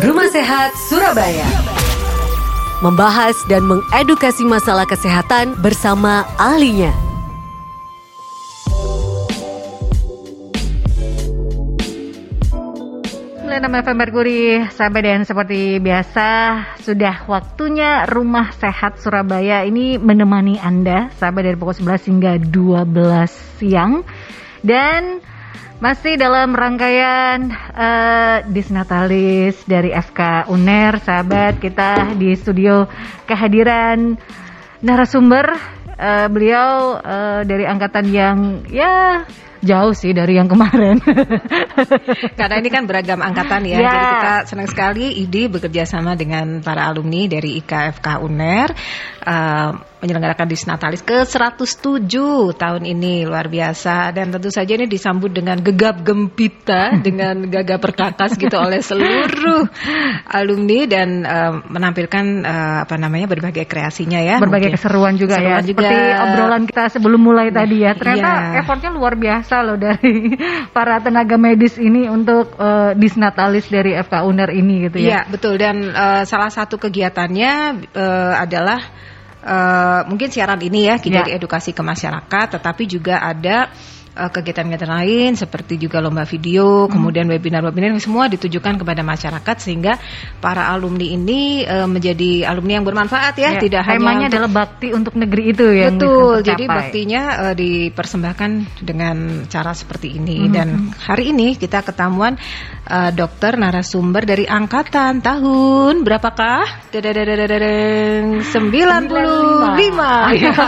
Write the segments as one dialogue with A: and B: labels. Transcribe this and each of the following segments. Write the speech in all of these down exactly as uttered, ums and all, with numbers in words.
A: Rumah Sehat Surabaya membahas dan mengedukasi masalah kesehatan bersama ahlinya.
B: sembilan puluh enam F M Merkuri, sahabat, dan seperti biasa sudah waktunya Rumah Sehat Surabaya ini menemani Anda, sahabat, dari pukul sebelas hingga dua belas siang. Dan masih dalam rangkaian uh, Disnatalis dari F K U N E R, sahabat, kita di studio kehadiran narasumber, uh, beliau uh, dari angkatan yang ya jauh sih dari yang kemarin.
C: Karena ini kan beragam angkatan ya,
B: ya.
C: Jadi kita senang sekali I D I bekerja sama dengan para alumni dari I K F K U N E R uh, menyelenggarakan Disnatalis ke seratus tujuh tahun ini, luar biasa. Dan tentu saja ini disambut dengan gegap gempita, dengan gagah perkakas gitu oleh seluruh alumni dan uh, menampilkan uh, apa namanya berbagai kreasinya ya.
B: Berbagai mungkin keseruan juga keseruan ya. Juga. Seperti obrolan kita sebelum mulai tadi ya. Ternyata ya, effortnya luar biasa loh dari para tenaga medis ini untuk uh, Disnatalis dari F K U N E R ini gitu ya.
C: Iya, betul. Dan uh, salah satu kegiatannya uh, adalah uh, mungkin siaran ini ya, jadi ya, edukasi ke masyarakat, tetapi juga ada uh, kegiatan-kegiatan lain seperti juga lomba video, hmm. kemudian webinar-webinar yang semua ditujukan kepada masyarakat sehingga para alumni ini uh, menjadi alumni yang bermanfaat ya, ya tidak hanya
B: adalah bakti untuk negeri itu yang
C: betul. Jadi baktinya uh, dipersembahkan dengan cara seperti ini. Hmm. Dan hari ini kita ketemuan uh, dokter narasumber dari angkatan tahun berapakah? sembilan puluh lima.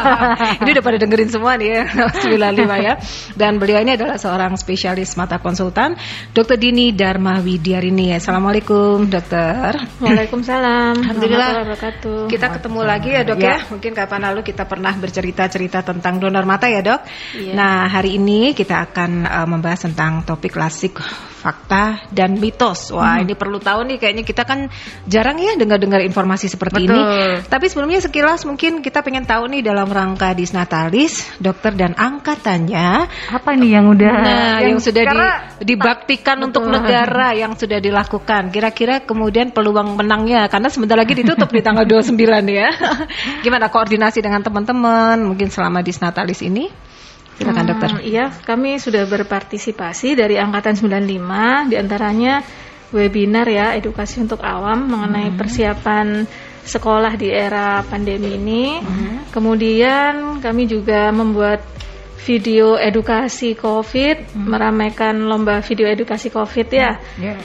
C: Ini udah pada dengerin semua nih ya, sembilan puluh lima ya. Dan beliau ini adalah seorang spesialis mata konsultan, dokter Dini Dharma Widiarini. Assalamualaikum, dokter.
D: Waalaikumsalam.
C: Alhamdulillah. Kita ketemu lagi ya, dok ya. ya. Mungkin kapan lalu kita pernah bercerita-cerita tentang donor mata ya, dok. Ya. Nah, hari ini kita akan uh, membahas tentang topik klasik, fakta dan mitos. Wah, hmm. ini perlu tahu nih, kayaknya kita kan jarang ya dengar-dengar informasi seperti Betul. ini. Tapi sebelumnya sekilas mungkin kita pengen tahu nih dalam rangka Disnatalis, dokter dan angkatannya
B: apa nih yang udah
C: nah, yang, yang sudah di, dibaktikan
B: Betul.
C: untuk negara yang sudah dilakukan. Kira-kira kemudian peluang menangnya, karena sebentar lagi ditutup di tanggal dua puluh sembilan ya. Gimana koordinasi dengan teman-teman mungkin selama Disnatalis ini? Silakan, dokter.
D: Hmm, iya, kami sudah berpartisipasi dari angkatan sembilan puluh lima, diantaranya webinar ya, edukasi untuk awam mengenai hmm. persiapan sekolah di era pandemi ini. Hmm. Kemudian kami juga membuat video edukasi COVID, hmm. meramaikan lomba video edukasi COVID ya. Hmm. Yeah.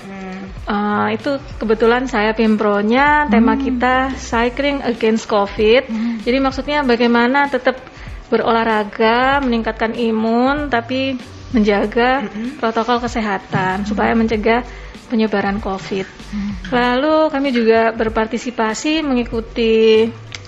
D: Uh, itu kebetulan saya pimpronya, tema hmm. kita Cycling Against COVID. Hmm. Jadi maksudnya bagaimana tetap berolahraga, meningkatkan imun, tapi menjaga mm-hmm. protokol kesehatan mm-hmm. supaya mencegah penyebaran COVID. Mm-hmm. Lalu kami juga berpartisipasi mengikuti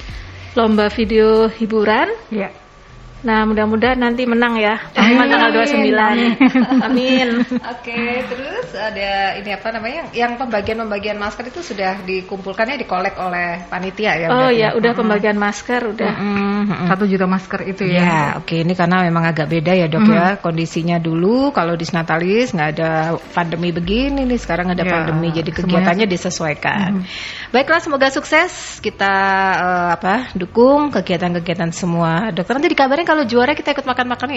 D: lomba video hiburan. Yeah. Nah, mudah-mudahan nanti menang ya. Teman tanggal dua puluh sembilan. Amin.
C: Oke, okay, terus ada ini apa namanya? Yang pembagian-pembagian masker itu sudah dikumpulkannya, dikolek oleh panitia ya?
D: Oh iya, udah pembagian masker udah.
C: Mm-hmm.
B: Satu juta masker itu ya.
C: Ya, oke, okay. Ini karena memang agak beda ya, Dok mm-hmm. ya. Kondisinya dulu kalau Disnatalis nggak ada pandemi begini nih, sekarang ada ya, pandemi, jadi kegiatannya semuanya disesuaikan. Mm-hmm. Baiklah, semoga sukses. Kita uh, apa? Dukung kegiatan-kegiatan semua. Dokter, nanti dikabarin kalau juara kita ikut makan-makan ya.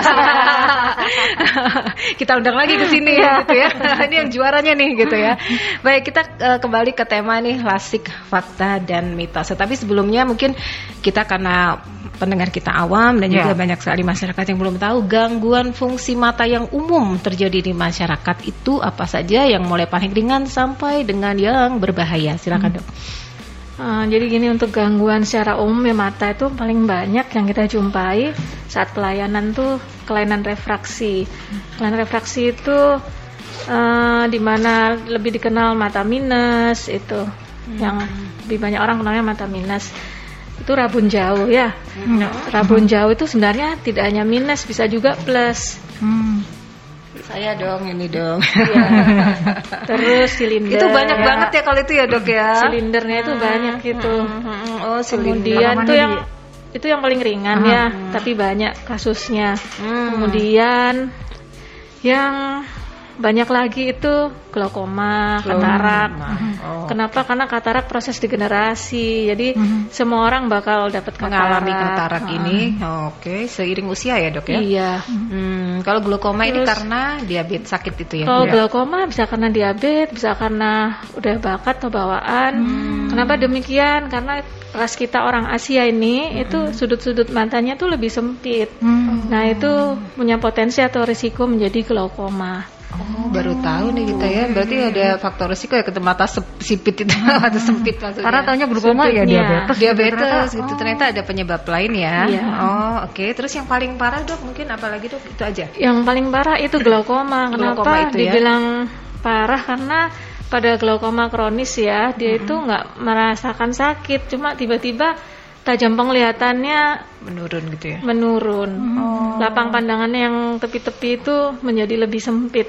C: Kita undang lagi ke sini ya, gitu ya. Ini yang juaranya nih gitu ya. Baik, kita uh, kembali ke tema nih, klasik, fakta dan mitos. Tapi sebelumnya mungkin kita karena pendengar kita awam dan juga yeah. banyak sekali masyarakat yang belum tahu gangguan fungsi mata yang umum terjadi di masyarakat itu apa saja, yang mulai paling ringan sampai dengan yang berbahaya. Silakan, hmm. Dok.
D: Uh, jadi gini, untuk gangguan secara umum ya mata itu paling banyak yang kita jumpai saat pelayanan tuh kelainan refraksi. Kelainan refraksi itu uh, di mana lebih dikenal mata minus itu, hmm. yang lebih banyak orang kenalnya mata minus. Itu rabun jauh ya. Hmm. Rabun jauh itu sebenarnya tidak hanya minus, bisa juga plus. Hmm.
C: Saya dong, ini dong.
D: Ya. Terus silinder.
C: Itu banyak ya. banget ya kalau itu ya, Dok ya.
D: Silindernya itu hmm. banyak gitu.
C: Hmm. Oh,
D: kemudian itu yang di... itu yang paling ringan hmm. ya, tapi banyak kasusnya. Hmm. Kemudian yang banyak lagi itu glaukoma, katarak.
C: Oh.
D: Kenapa? Karena katarak proses degenerasi. Jadi mm-hmm. semua orang bakal dapat katarak.
C: Mengalami katarak uh. ini. Oh, Oke, okay. Seiring usia ya, Dok ya?
D: Iya.
C: Hmm, kalau glaukoma Terus, ini karena diabetes sakit itu ya?
D: Kalau
C: ya?
D: glaukoma bisa karena diabetes, bisa karena udah bakat atau bawaan. Hmm. Kenapa demikian? Karena ras kita orang Asia ini hmm. itu sudut-sudut matanya tuh lebih sempit. Hmm. Nah, itu punya potensi atau risiko menjadi glaukoma.
C: Oh, baru tahu nih kita ya. Berarti ada faktor risiko ya ketemu mata sipit itu, mata sempit maksudnya.
B: Karena taunya glaukoma ya diabetes.
C: Diabetes
B: ternyata.
C: gitu. Ternyata ada penyebab lain ya.
D: Iya.
C: Oh, oke. Okay. Terus yang paling parah, Dok, mungkin apalagi, Dok? Itu aja.
D: Yang paling parah itu glaukoma. Kenapa
C: glaukoma itu ya?
D: Dibilang parah karena pada glaukoma kronis ya, dia mm-hmm. itu nggak merasakan sakit, cuma tiba-tiba tajam penglihatannya
C: menurun gitu ya.
D: Menurun.
C: Oh.
D: Lapang pandangannya yang tepi-tepi itu menjadi lebih sempit.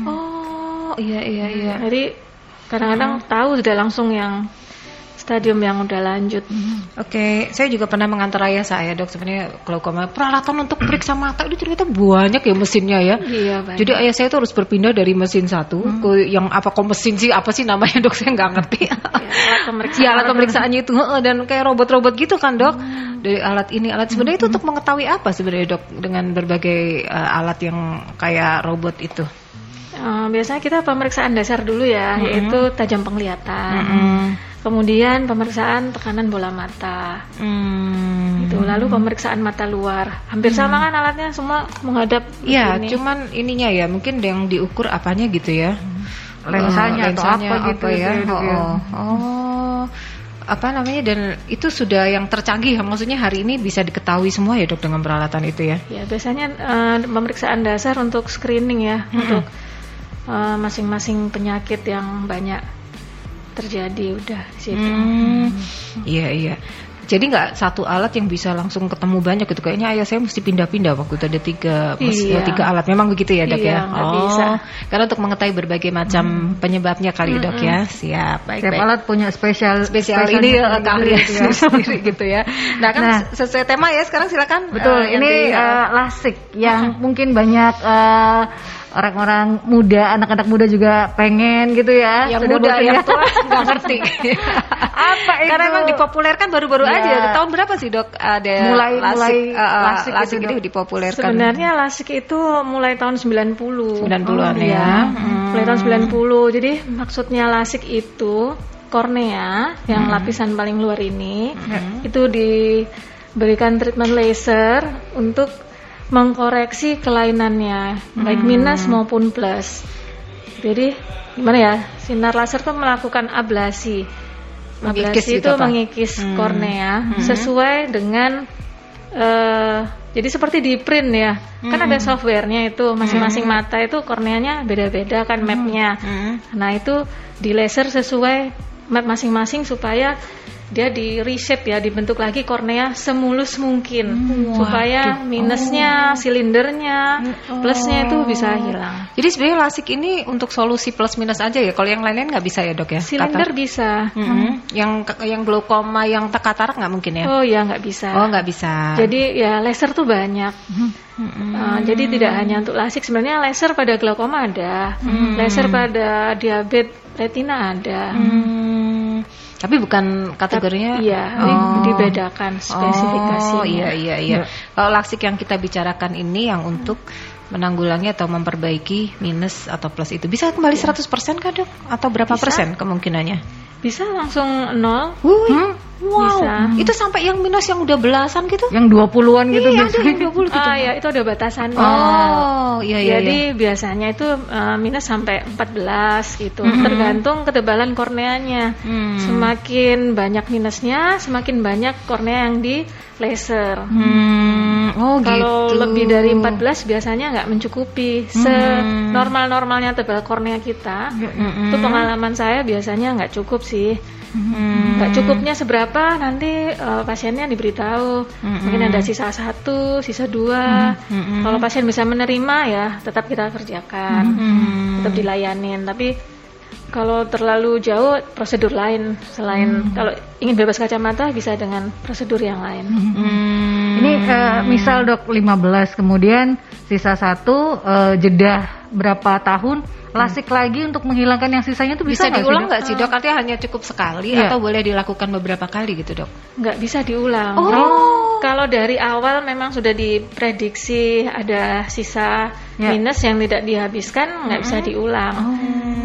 C: Oh, iya iya iya.
D: Jadi kadang-kadang hmm. tahu sudah langsung yang stadium yang udah lanjut.
C: Oke, okay. Saya juga pernah mengantar ayah saya, Dok, sebenarnya glaukoma. Peralatan untuk periksa mata itu ternyata banyak ya mesinnya ya.
D: Iya, banyak.
C: Jadi ayah saya tuh harus berpindah dari mesin satu hmm. ke yang apa kok mesin sih, apa sih namanya, Dok, saya nggak ngerti.
D: Ya, alat pemeriksaan.
C: Ya, alat pemeriksaannya itu dan kayak robot-robot gitu kan, Dok. Hmm. Dari alat ini, alat sebenarnya hmm. itu untuk mengetahui apa sebenarnya, Dok, dengan berbagai uh, alat yang kayak robot itu.
D: Uh, biasanya kita pemeriksaan dasar dulu ya, hmm. yaitu tajam penglihatan. Hmm. Kemudian pemeriksaan tekanan bola mata, hmm. itu lalu pemeriksaan mata luar. Hampir hmm. sama kan alatnya semua menghadap.
C: Iya, cuman ininya ya mungkin yang diukur apanya gitu ya,
B: lensanya,
C: uh,
B: atau apa gitu
C: apa ya.
B: gitu,
C: Oh, oh, oh, apa namanya, dan itu sudah yang tercanggih. Maksudnya hari ini bisa diketahui semua ya, Dok, dengan peralatan itu ya.
D: Ya biasanya uh, pemeriksaan dasar untuk screening ya, hmm. untuk uh, masing-masing penyakit yang banyak terjadi udah di situ.
C: Hmm, iya iya. Jadi nggak satu alat yang bisa langsung ketemu banyak gitu. Kayaknya ayah saya mesti pindah-pindah waktu itu ada tiga,
D: iya.
C: tiga alat. Memang begitu ya, Dok
D: iya,
C: ya.
D: Oh,
C: bisa. Karena untuk mengetahui berbagai macam hmm. penyebabnya kali, hmm. Dok ya. Siap. Baik.
B: Setiap
C: baik.
B: alat punya spesial
C: spesial ini keahlian gitu ya. Sendiri gitu ya. Nah kan nah, sesuai tema ya. Sekarang silakan.
B: Betul. Uh, ini uh, lasik yang uh-huh. mungkin banyak. Uh, orang-orang muda, anak-anak muda juga pengen gitu ya.
C: Yang sudah muda, yang tua nggak ngerti. Apa itu? Karena emang dipopulerkan baru-baru ya. aja. Tahun berapa sih, Dok? Ada
B: mulai
C: lasik,
B: mulai
C: uh,
B: lasik,
C: lasik
B: itu
C: itu dipopulerkan.
D: Sebenarnya lasik itu mulai tahun sembilan puluh.
C: sembilan puluhan oh, ya.
D: ya. Hmm. Mulai tahun sembilan puluh. Jadi maksudnya lasik itu kornea yang hmm. lapisan paling luar ini hmm. itu diberikan treatment laser untuk mengkoreksi kelainannya, hmm. baik minus maupun plus. Jadi gimana ya? Sinar laser itu melakukan ablasi. Ablasi itu mengikis hmm. kornea hmm. sesuai dengan uh, jadi seperti di print ya. Hmm. Kan ada softwarenya itu, masing-masing hmm. mata itu korneanya beda-beda kan mapnya. Hmm. Nah itu di laser sesuai map masing-masing supaya dia di reshape ya, dibentuk lagi kornea semulus mungkin hmm, supaya waduh. minusnya, oh. silindernya, oh. plusnya itu bisa hilang.
C: Jadi sebenarnya lasik ini untuk solusi plus minus aja ya. Kalau yang lain-lain nggak bisa ya, Dok ya?
D: Silinder
C: Katar.
D: bisa.
C: Mm-hmm. Hmm. Yang yang glaukoma, yang katarak nggak mungkin ya?
D: Oh ya nggak bisa.
C: Oh nggak bisa.
D: Jadi ya laser tuh banyak. Mm-hmm. Uh, jadi tidak hanya untuk lasik. Sebenarnya laser pada glaukoma ada, mm-hmm. laser pada diabetes retina ada. Mm-hmm.
C: Tapi bukan kategorinya.
D: Tapi, iya, oh. dibedakan spesifikasinya.
C: Oh iya iya iya. Ya. Kalau lasik yang kita bicarakan ini yang untuk menanggulangi atau memperbaiki minus atau plus itu bisa kembali ya. seratus persen kah, Dok? Atau berapa bisa. persen kemungkinannya?
D: Bisa langsung nol.
C: Hmm? Wow.
D: Bisa.
C: Itu sampai yang minus yang udah belasan gitu?
B: Yang dua puluhan gitu
C: iya,
B: biasanya.
C: Yang dua puluh gitu.
D: Ah, ya itu ada batasannya.
C: Oh, iya iya.
D: Jadi
C: iya.
D: biasanya itu uh, minus sampai empat belas gitu. Mm-hmm. Tergantung ketebalan korneanya. Mm. Semakin banyak minusnya, semakin banyak kornea yang di laser.
C: Hmm. Oh,
D: kalau
C: gitu.
D: lebih dari empat belas biasanya nggak mencukupi. Senormal-normalnya tebal kornea kita, mm-hmm. itu pengalaman saya biasanya nggak cukup sih. Hmm. Nggak cukupnya seberapa nanti uh, pasiennya diberitahu hmm. mungkin ada sisa satu, sisa dua. Hmm. Kalau pasien bisa menerima ya tetap kita kerjakan, hmm. tetap dilayanin. Tapi kalau terlalu jauh prosedur lain selain hmm. kalau ingin bebas kacamata bisa dengan prosedur yang lain.
B: Hmm. Ini uh, misal, Dok, lima belas kemudian sisa satu uh, jeda berapa tahun lasik hmm. lagi untuk menghilangkan yang sisanya itu bisa,
C: bisa diulang nggak
B: sih
C: dok? Artinya hanya cukup sekali yeah. atau boleh dilakukan beberapa kali gitu dok?
D: Nggak bisa diulang.
C: Oh.
D: Jadi, kalau dari awal memang sudah diprediksi ada sisa yeah. minus yang tidak dihabiskan, nggak mm-hmm. bisa diulang.
B: Oh.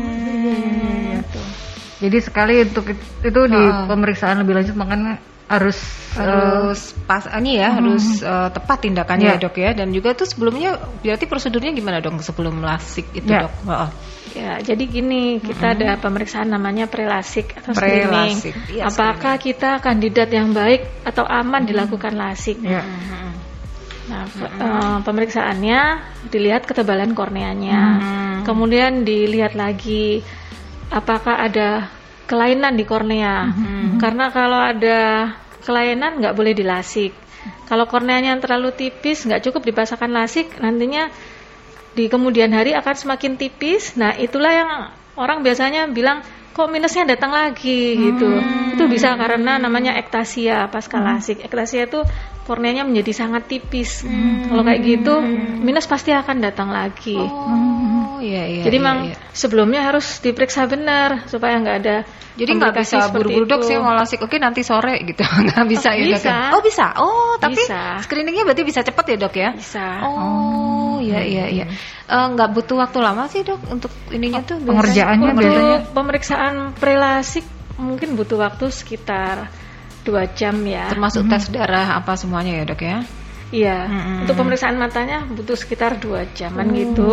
B: Hmm. Gitu. Jadi sekali untuk itu di oh. pemeriksaan lebih lanjut makanya harus
C: harus uh, pas ini ya, hmm. harus uh, tepat tindakannya
B: yeah.
C: ya dok ya. Dan juga itu sebelumnya berarti prosedurnya gimana dok sebelum lasik itu yeah. dok? Oh.
D: Ya, jadi gini, kita mm-hmm. ada pemeriksaan namanya prelasik atau screening. Ya, apakah screening. kita kandidat yang baik atau aman mm-hmm. dilakukan lasik?
B: Yeah.
D: Nah, mm-hmm. uh, pemeriksaannya dilihat ketebalan korneanya, mm-hmm. kemudian dilihat lagi apakah ada kelainan di kornea. Mm-hmm. Karena kalau ada kelainan nggak boleh dilasik. Kalau korneanya yang terlalu tipis nggak cukup dipasangkan lasik, nantinya di kemudian hari akan semakin tipis. Nah, itulah yang orang biasanya bilang kok minusnya datang lagi gitu. Hmm. Itu bisa karena namanya ektasia pasca lasik. Ektasia itu korneanya menjadi sangat tipis. Hmm. Kalau kayak gitu minus pasti akan datang lagi.
C: Oh, iya iya.
D: Jadi
C: iya,
D: memang
C: iya.
D: sebelumnya harus diperiksa benar supaya nggak ada.
C: Jadi nggak bisa buru-buru dok sih mau lasik. Oke nanti sore gitu. Nggak bisa oh, ya
D: bisa.
C: dok. Oh bisa. Oh tapi
D: bisa.
C: Screeningnya berarti bisa cepat ya dok ya?
D: Bisa.
C: Oh iya iya iya. Nggak uh, butuh waktu lama sih dok untuk ininya tuh.
B: Pengerjaannya
D: untuk
B: biasanya.
D: Pemeriksaan prelasik mungkin butuh waktu sekitar dua jam ya.
C: Termasuk hmm. tes darah apa semuanya ya dok ya?
D: Iya.
C: Hmm.
D: Untuk pemeriksaan matanya butuh sekitar dua jaman oh. gitu.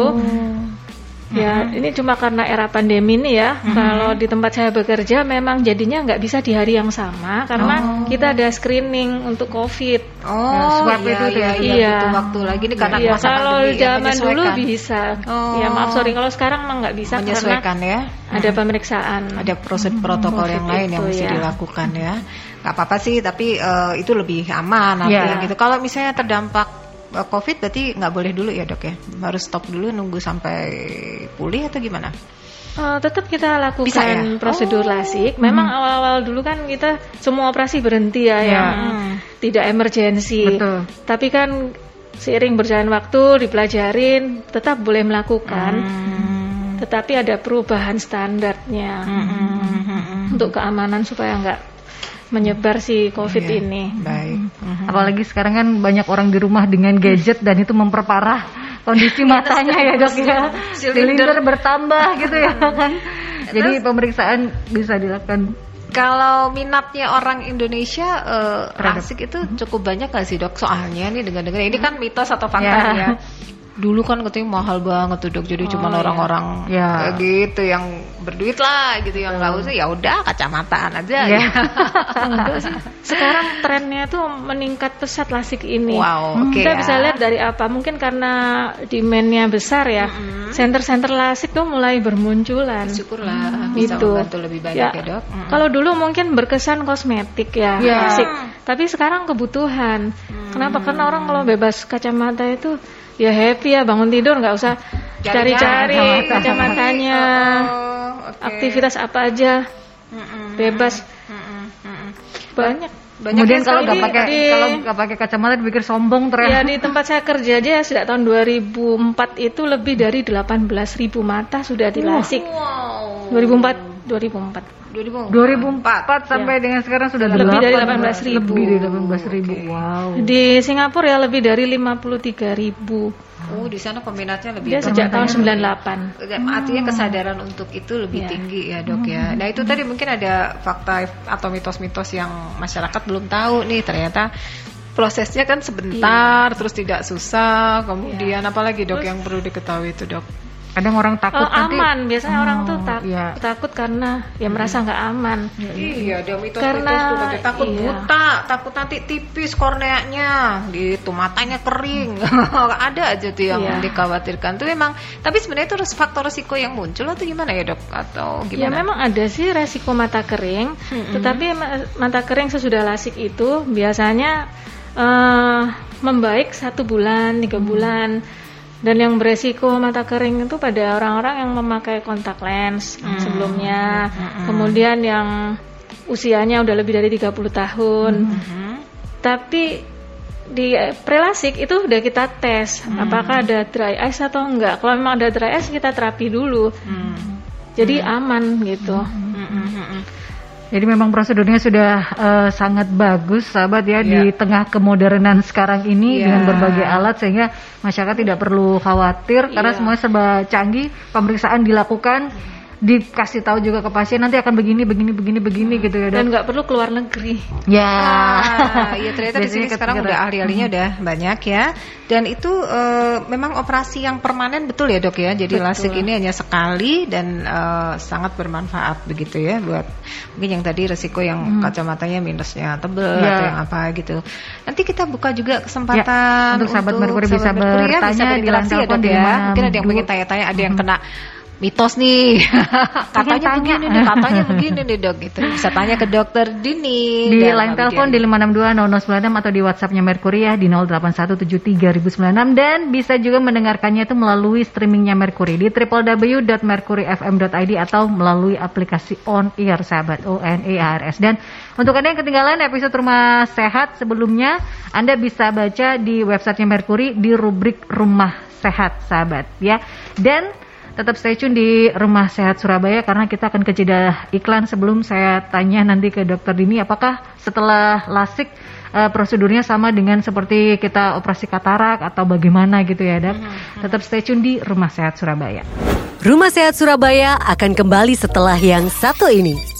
D: Ya, mm-hmm. ini cuma karena era pandemi ini ya. Mm-hmm. Kalau di tempat saya bekerja memang jadinya nggak bisa di hari yang sama karena oh. kita ada screening untuk COVID.
C: Oh, nah, swab
D: iya,
C: itu
D: iya,
C: ya,
D: iya.
C: butuh waktu lagi nih karena
D: iya,
C: masa
D: kalau
C: pandemi
D: zaman
C: ya,
D: dulu bisa. Oh. Ya maaf sorry kalau sekarang mah nggak bisa
C: menyesuaikan
D: karena
C: ya.
D: Ada pemeriksaan,
C: ada prosedur protokol yang lain yang mesti ya. dilakukan ya. Nggak apa-apa sih, tapi uh, itu lebih aman
B: yeah.
C: gitu. Kalau misalnya terdampak COVID berarti nggak boleh dulu ya dok ya, harus stop dulu nunggu sampai pulih atau gimana?
D: Uh, tetap kita lakukan
C: Bisa, ya?
D: prosedur
C: oh.
D: lasik. Memang hmm. awal-awal dulu kan kita semua operasi berhenti ya, ya. yang hmm. tidak emergensi.
B: Betul.
D: Tapi kan seiring berjalan waktu dipelajarin, tetap boleh melakukan. Hmm. Tetapi ada perubahan standarnya hmm. Hmm. untuk keamanan supaya nggak menyebar si COVID
C: yeah,
D: ini.
C: Baik.
B: Mm-hmm. Apalagi sekarang kan banyak orang di rumah dengan gadget dan itu memperparah kondisi matanya ya dok ya. Silinder bertambah gitu ya kan. Jadi pemeriksaan bisa dilakukan.
C: Kalau minatnya orang Indonesia uh, lasik itu cukup banyak nggak sih dok? Soalnya nih dengar-dengar ini kan mitos atau fakta yeah. ya. Dulu kan katanya mahal banget tuh dok, jadi oh, cuma iya. orang-orang
B: ya.
C: gitu yang berduit lah gitu, yang nggak usah ya udah kacamataan aja.
B: Ya.
D: Ya. Sekarang trennya tuh meningkat pesat lasik ini.
C: Wow,
D: hmm,
C: okay,
D: kita
C: ya.
D: bisa lihat dari apa? Mungkin karena demand-nya besar ya. Mm-hmm. Center-center lasik tuh mulai bermunculan.
C: Syukurlah bisa
D: itu.
C: membantu lebih banyak ya, ya dok. Mm-hmm.
D: Kalau dulu mungkin berkesan kosmetik ya,
B: ya.
D: lasik. Tapi sekarang kebutuhan. Mm-hmm. Kenapa? Karena orang kalau bebas kacamata itu ya happy ya, bangun tidur nggak usah cari-cari kacamatanya. Oh, okay. Aktivitas apa aja mm-mm, bebas mm-mm, mm-mm. banyak. Banyak.
B: Kemudian kalau nggak pakai kalau nggak pakai kacamata dipikir sombong ternyata.
D: Ya di tempat saya kerja aja sejak tahun dua ribu empat itu lebih dari delapan belas ribu mata sudah dilasik.
C: Wow.
D: dua ribu empat dua ribu empat
B: dua ribu empat sampai ya. Dengan sekarang sudah
D: lebih dari delapan belas ribu.
B: Lebih dari delapan belas ribu. Okay. Wow.
D: Di Singapura ya lebih dari lima puluh tiga ribu.
C: Oh, di sana peminatnya lebih.
D: Dia sejak tahun sembilan puluh delapan.
C: Artinya kesadaran untuk itu lebih yeah. tinggi ya, Dok ya. Nah, itu tadi mungkin ada fakta atau mitos-mitos yang masyarakat belum tahu nih, ternyata prosesnya kan sebentar, yeah. terus tidak susah. Kemudian yeah. apalagi Dok terus, yang perlu diketahui itu, Dok?
B: Kadang orang takut
D: oh,
B: nanti
D: aman, biasanya oh, orang tuh tak,
B: iya.
D: takut karena ya merasa nggak aman.
C: Iya, ada mitos-mitos tuh katanya takut iya. buta, takut nanti tipis korneanya, gitu, matanya kering. Ada aja tuh yang iya. dikhawatirkan tuh memang. Tapi sebenarnya itu faktor resiko yang muncul atau gimana ya dok? Atau gimana?
D: Ya memang ada sih resiko mata kering, mm-hmm. tetapi mata kering sesudah lasik itu biasanya uh, membaik satu bulan, tiga mm. bulan. Dan yang beresiko mata kering itu pada orang-orang yang memakai kontak lens hmm. sebelumnya, hmm. kemudian yang usianya udah lebih dari tiga puluh tahun. Hmm. Tapi di prelasik itu udah kita tes hmm. apakah ada dry eyes atau enggak. Kalau memang ada dry eyes kita terapi dulu. Hmm. Jadi hmm. aman gitu. Hmm. Hmm.
B: Hmm. Jadi memang prosedurnya sudah uh, sangat bagus, sahabat ya, yeah. di tengah kemodernan sekarang ini yeah. dengan berbagai alat sehingga masyarakat tidak perlu khawatir yeah. karena semuanya serba canggih. Pemeriksaan dilakukan. Dikasih tahu juga ke pasien nanti akan begini begini begini begini gitu ya,
D: dan nggak perlu keluar negeri
B: ya.
C: Ah, ya ternyata di sini sekarang udah ahli-ahlinya hmm. udah banyak ya, dan itu uh, memang operasi yang permanen betul ya dok ya, jadi betul. LASIK ini hanya sekali dan uh, sangat bermanfaat begitu ya buat mungkin yang tadi resiko yang hmm. kacamatanya minusnya tebel ya. Atau yang apa gitu. Nanti kita buka juga kesempatan ya, untuk
B: sahabat Merkuri bisa bertanya
C: ya, bisa
B: di line telepon
C: ya, ya. Mungkin ada yang pengen tanya-tanya, ada yang kena mitos nih, katanya begini nih, katanya begini nih dok, gitu. Bisa tanya ke dokter Dini
B: di line telepon di lima enam dua nol nol sembilan enam atau di WhatsAppnya Merkuri ya di nol delapan satu tujuh tiga nol nol sembilan enam, dan bisa juga mendengarkannya itu melalui streamingnya Merkuri di w w w dot mercury f m dot i d atau melalui aplikasi On Air sahabat, O N E A R S. Dan untuk Anda yang ketinggalan episode Rumah Sehat sebelumnya, Anda bisa baca di websitenya Merkuri di rubrik Rumah Sehat sahabat ya. Dan tetap stay tune di Rumah Sehat Surabaya karena kita akan ke jeda iklan. Sebelum saya tanya nanti ke dokter Dini apakah setelah LASIK uh, prosedurnya sama dengan seperti kita operasi katarak atau bagaimana gitu ya dok. Mm-hmm. Tetap stay tune di Rumah Sehat Surabaya.
A: Rumah Sehat Surabaya akan kembali setelah yang satu ini.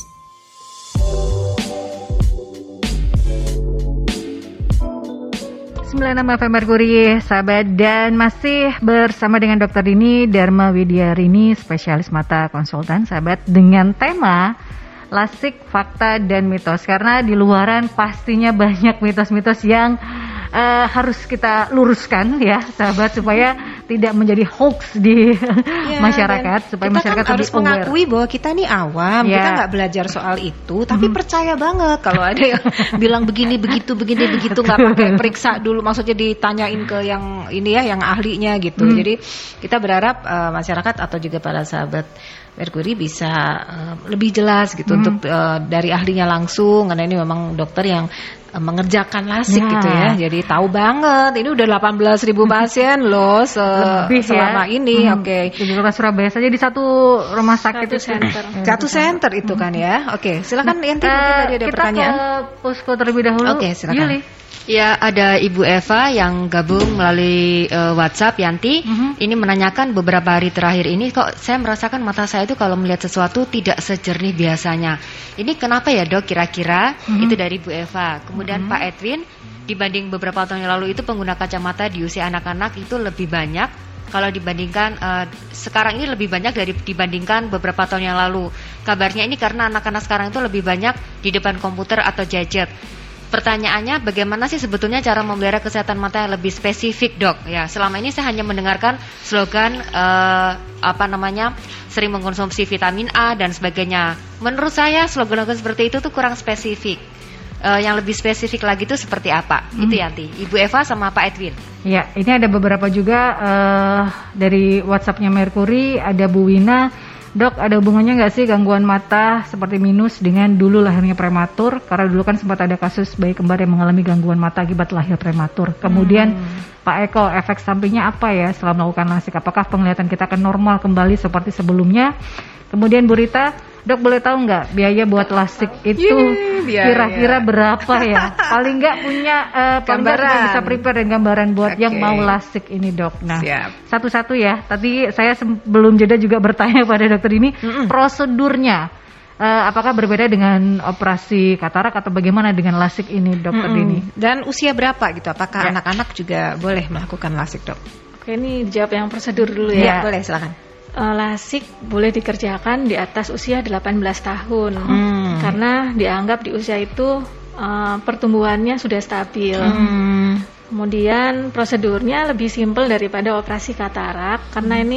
B: sembilan puluh enam F M Merkuri sahabat, dan masih bersama dengan dokter Dini Dharma Widyarini, spesialis mata konsultan sahabat, dengan tema LASIK fakta dan mitos. Karena di luaran pastinya banyak mitos-mitos yang uh, harus kita luruskan ya sahabat, supaya tidak menjadi hoax di ya, masyarakat, supaya
C: kita
B: masyarakat
C: kan harus
B: aware.
C: Mengakui bahwa kita ini awam, ya. Kita nggak belajar soal itu, tapi hmm. percaya banget kalau ada yang bilang begini begitu begini begitu, nggak pakai periksa dulu, maksudnya ditanyain ke yang ini ya, yang ahlinya gitu. Hmm. Jadi kita berharap uh, masyarakat atau juga para sahabat Merkuri bisa uh, lebih jelas gitu hmm. untuk uh, dari ahlinya langsung, karena ini memang dokter yang uh, mengerjakan LASIK nah. gitu ya. Jadi tahu banget, ini udah delapan belas ribu pasien loh se lebih selama ya. ini. Hmm. Oke. Okay.
B: Di Kota Surabaya saja di satu rumah sakit
D: satu
B: itu
D: center.
B: Satu
C: center itu kan ya. Oke, okay. silakan nah, Yanti, mungkin tadi ada
B: kita
C: pertanyaan.
B: Kita ke posko terlebih dahulu.
C: Oke, okay, silakan.
B: Yuli.
E: Ya, ada Ibu Eva yang gabung melalui uh, WhatsApp, Yanti. Uh-huh. Ini menanyakan beberapa hari terakhir ini kok saya merasakan mata saya itu kalau melihat sesuatu tidak sejernih biasanya. Ini kenapa ya dok kira-kira? Uh-huh. Itu dari Bu Eva. Kemudian uh-huh. Pak Edwin, dibanding beberapa tahun yang lalu itu pengguna kacamata di usia anak-anak itu lebih banyak. Kalau dibandingkan uh, sekarang ini lebih banyak dari dibandingkan beberapa tahun yang lalu. Kabarnya ini karena anak-anak sekarang itu lebih banyak di depan komputer atau gadget. Pertanyaannya, bagaimana sih sebetulnya cara memelihara kesehatan mata yang lebih spesifik, dok? Ya, selama ini saya hanya mendengarkan slogan uh, apa namanya, sering mengkonsumsi vitamin A dan sebagainya. Menurut saya slogan-slogan seperti itu tuh kurang spesifik. Uh, yang lebih spesifik lagi itu seperti apa? Hmm. Itu Yanti, Ibu Eva sama Pak Edwin.
B: Ya, ini ada beberapa juga uh, dari WhatsAppnya Merkuri, ada Bu Wina. Dok, ada hubungannya nggak sih gangguan mata seperti minus dengan dulu lahirnya prematur? Karena dulu kan sempat ada kasus bayi kembar yang mengalami gangguan mata akibat lahir prematur. Kemudian hmm. Pak Eko, efek sampingnya apa ya setelah melakukan LASIK? Apakah penglihatan kita akan normal kembali seperti sebelumnya? Kemudian Bu Rita, dok boleh tahu nggak biaya buat LASIK itu Yeay, kira-kira berapa ya? Paling nggak punya uh, paling nggak bisa prepare dan gambaran buat okay. yang mau LASIK ini dok. Nah, Siap. satu-satu ya. Tadi saya sebelum jeda juga bertanya pada dokter ini mm-mm. prosedurnya uh, apakah berbeda dengan operasi katarak atau bagaimana dengan LASIK ini dokter mm-mm. Dini?
C: Dan usia berapa gitu? Apakah ya. anak-anak juga boleh melakukan LASIK dok?
D: Oke, ini dijawab yang prosedur dulu ya.
C: Ya boleh, silakan.
D: Uh, LASIK boleh dikerjakan di atas usia delapan belas tahun hmm. karena dianggap di usia itu uh, pertumbuhannya sudah stabil. Hmm. Kemudian prosedurnya lebih simpel daripada operasi katarak karena ini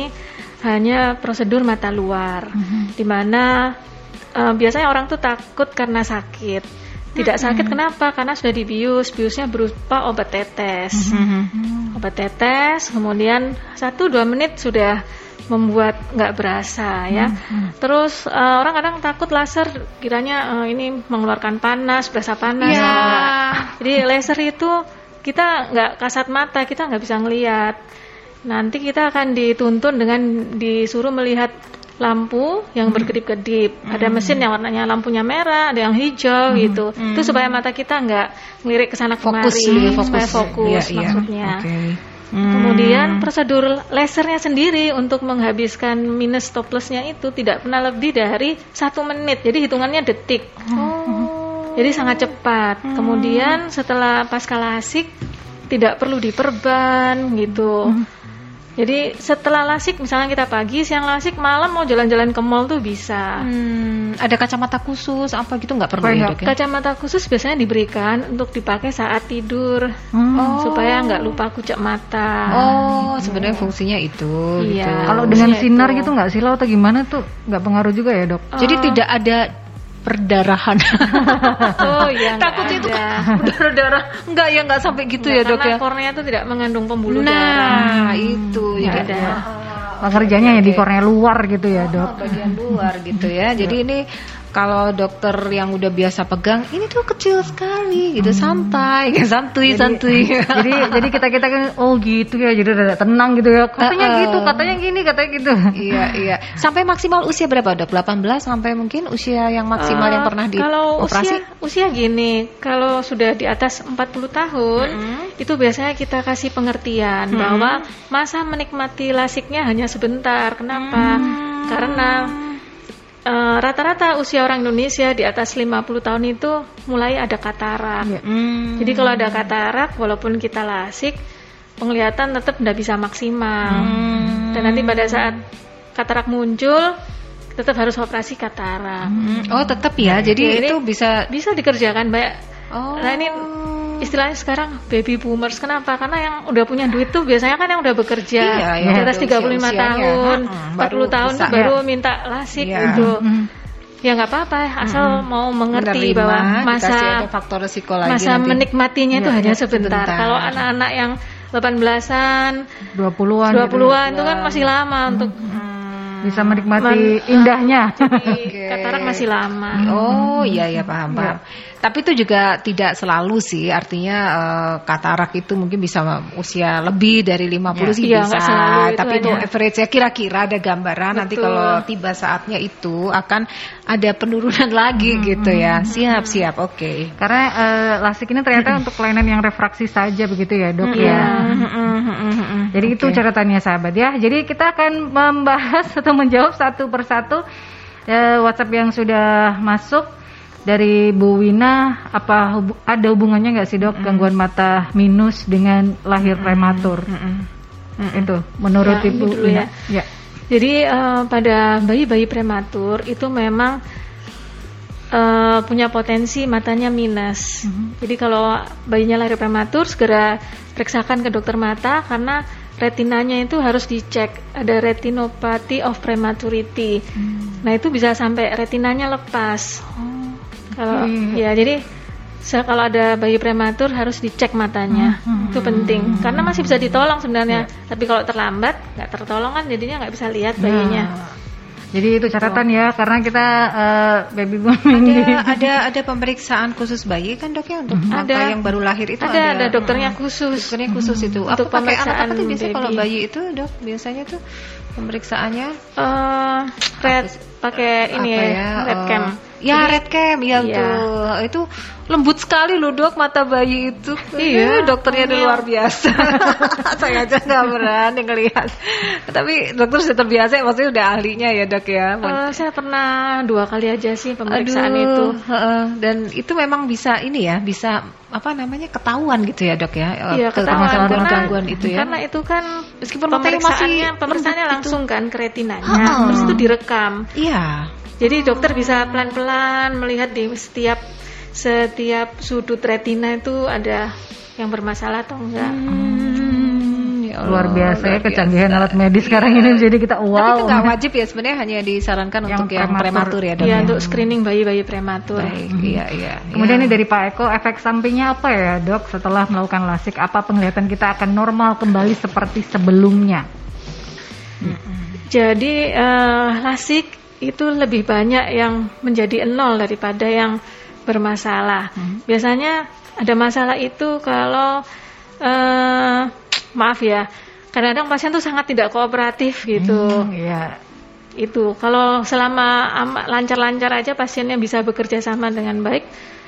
D: hanya prosedur mata luar, hmm. di mana uh, biasanya orang tuh takut karena sakit. Tidak sakit hmm. kenapa? Karena sudah dibius, biusnya berupa obat tetes. Hmm. Obat tetes, kemudian satu dua menit sudah membuat nggak berasa ya. Hmm. Terus uh, orang kadang takut laser, kiranya uh, ini mengeluarkan panas, berasa panas. Yeah. Jadi laser itu kita nggak kasat mata, kita nggak bisa ngelihat. Nanti kita akan dituntun dengan disuruh melihat lampu yang berkedip-kedip. Hmm. Ada mesin yang warnanya lampunya merah, ada yang hijau hmm. gitu. Hmm. Itu supaya mata kita nggak ngelirik ke sana kemari,
C: fokus, fokus.
D: supaya fokus ya, maksudnya.
C: Ya. Okay.
D: Hmm. Kemudian prosedur lasernya sendiri untuk menghabiskan minus toplessnya itu tidak pernah lebih dari satu menit. Jadi hitungannya detik. Oh. Jadi sangat cepat. Hmm. Kemudian setelah pasca lasik tidak perlu diperban gitu. Hmm. Jadi setelah lasik, misalnya kita pagi, siang lasik, malam mau jalan-jalan ke mall tuh bisa.
C: Hmm, ada kacamata khusus apa gitu nggak perlu ya, Dok?
D: Kacamata khusus biasanya diberikan untuk dipakai saat tidur, hmm. oh. supaya nggak lupa kucek mata.
C: Oh, sebenarnya fungsinya itu.
B: Iya. Gitu. Kalau dengan sinar itu. gitu nggak silau atau gimana tuh nggak pengaruh juga ya, Dok?
C: Oh. Jadi tidak ada perdarahan.
D: Oh iya,
C: takutnya itu berdarah. Enggak ya, enggak sampai gitu enggak, ya, Dok ya.
D: Karena kornea itu tidak mengandung pembuluh
C: nah,
D: darah.
C: Nah, itu
D: ya ada.
B: Pekerjaannya ya di kornea luar gitu ya, Dok.
C: Oh, bagian luar gitu ya. Jadi ini kalau dokter yang udah biasa pegang, ini tuh kecil sekali, gitu, santai, santuy, santuy.
B: Jadi, jadi kita kita kan, oh gitu ya, jadi udah tenang gitu ya. Katanya uh, uh. gitu, katanya gini, katanya gitu.
C: Iya, iya. Sampai maksimal usia berapa, Dok? delapan belas sampai mungkin usia yang maksimal uh, yang pernah dioperasi?
D: Kalau usia, usia gini, kalau sudah di atas empat puluh tahun, mm-hmm. itu biasanya kita kasih pengertian mm-hmm. bahwa masa menikmati lasiknya hanya sebentar. Kenapa? Mm-hmm. Karena Uh, rata-rata usia orang Indonesia di atas lima puluh tahun itu mulai ada katarak. Ya. Hmm. Jadi kalau ada katarak, walaupun kita lasik, penglihatan tetap tidak bisa maksimal. Hmm. Dan nanti pada saat katarak muncul, tetap harus operasi katarak.
C: Hmm. Oh, tetap ya. Jadi, Jadi itu bisa
D: bisa dikerjakan banyak.
C: Oh.
D: Nah ini istilahnya sekarang baby boomers. Kenapa? Karena yang udah punya duit tuh biasanya kan yang udah bekerja
C: iya,
D: di atas tiga puluh lima tahun, ha, empat puluh tahun tuh baru ya. minta lasik iya. gitu. Mm. Ya nggak apa-apa, asal mm. mau mengerti menerima, bahwa masa
C: faktor resiko lagi
D: masa
C: nanti.
D: menikmatinya itu ya, hanya sebentar. sebentar. Kalau anak-anak yang delapan belasan,
B: dua puluhan,
D: dua puluhan itu kan masih lama mm. untuk
B: bisa menikmati Man, indahnya.
D: Jadi okay. katarak masih lama.
C: Oh iya ya paham paham. Ya. Tapi itu juga tidak selalu sih. Artinya uh, katarak itu mungkin bisa usia lebih dari lima puluh ya. sih ya, bisa. Selalu, Tapi itu, itu average ya, kira-kira ada gambaran. Betul. Nanti kalau tiba saatnya itu akan ada penurunan lagi hmm. gitu ya. Siap siap oke. Okay.
B: Karena uh, lasik ini ternyata hmm. untuk kelainan yang refraksi saja begitu ya, Dok hmm. ya. Hmm. Hmm. Hmm. Jadi okay. itu catatannya sahabat ya. Jadi kita akan membahas atau menjawab satu persatu uh, WhatsApp yang sudah masuk dari Bu Wina. Apa hub- ada hubungannya nggak sih, Dok, mm-hmm. gangguan mata minus dengan lahir prematur? Mm-hmm. Mm-hmm. Itu menurut ya, Ibu Wina. Ya. Ya.
D: Jadi uh, pada bayi-bayi prematur itu memang uh, punya potensi matanya minus. Mm-hmm. Jadi kalau bayinya lahir prematur, segera periksakan ke dokter mata karena retinanya itu harus dicek, ada retinopathy of prematurity. Hmm. Nah itu bisa sampai retinanya lepas. Oh, kalau okay. ya jadi kalau ada bayi prematur harus dicek matanya, hmm. itu penting karena masih bisa ditolong sebenarnya. Yeah. Tapi kalau terlambat nggak tertolong kan jadinya nggak bisa lihat bayinya. Nah.
B: Jadi itu catatan ya, karena kita uh, baby boom
C: ada,
B: ini.
C: Ada ada pemeriksaan khusus bayi kan, Dok ya, untuk mm-hmm. angka yang baru lahir itu
D: ada.
C: Ada,
D: ada dokternya khusus.
C: Dokternya khusus mm-hmm. itu.
D: Untuk
C: apa pakai alat apa tuh
D: baby.
C: biasanya kalau bayi itu, Dok? Biasanya tuh pemeriksaannya
D: uh, red pakai ini ya, red cam.
C: Ya, red cam ya iya. tuh. Itu lembut sekali loh, Dok, mata bayi itu. Iya, dokternya iya. luar biasa. Saya aja nggak berani ngelihat. Tapi dokter sudah terbiasa, maksudnya udah ahlinya ya, Dok ya.
D: Uh, saya pernah dua kali aja sih pemeriksaan Aduh, itu.
C: Uh, dan itu memang bisa ini ya, bisa apa namanya ketahuan gitu ya, Dok ya.
D: Iya, ketahuan karena
C: gangguan itu ya.
D: Karena itu kan
C: meskipun
D: pemeriksaannya pemeriksaannya langsung kan ke retinanya, uh-uh. terus itu direkam.
C: Iya.
D: Jadi dokter bisa pelan-pelan melihat di setiap setiap sudut retina itu ada yang bermasalah atau enggak.
B: Hmm, ya Allah, luar biasa ya kecanggihan biasa. Alat medis iya. sekarang ini, jadi kita wow.
C: Tapi itu nggak wajib ya sebenarnya, hanya disarankan yang untuk yang prematur, prematur ya, Dok.
D: Iya, untuk screening bayi-bayi prematur.
C: Baik, hmm. iya iya.
B: Kemudian
C: iya.
B: ini dari Pak Eko, efek sampingnya apa ya, Dok, setelah melakukan lasik? Apa penglihatan kita akan normal kembali seperti sebelumnya?
D: Hmm. Jadi uh, lasik itu lebih banyak yang menjadi nol daripada yang bermasalah. Hmm. Biasanya ada masalah itu kalau uh, maaf ya, kadang-kadang pasien tuh sangat tidak kooperatif gitu.
B: Hmm, iya.
D: Itu kalau selama lancar-lancar aja pasiennya bisa bekerja sama dengan baik,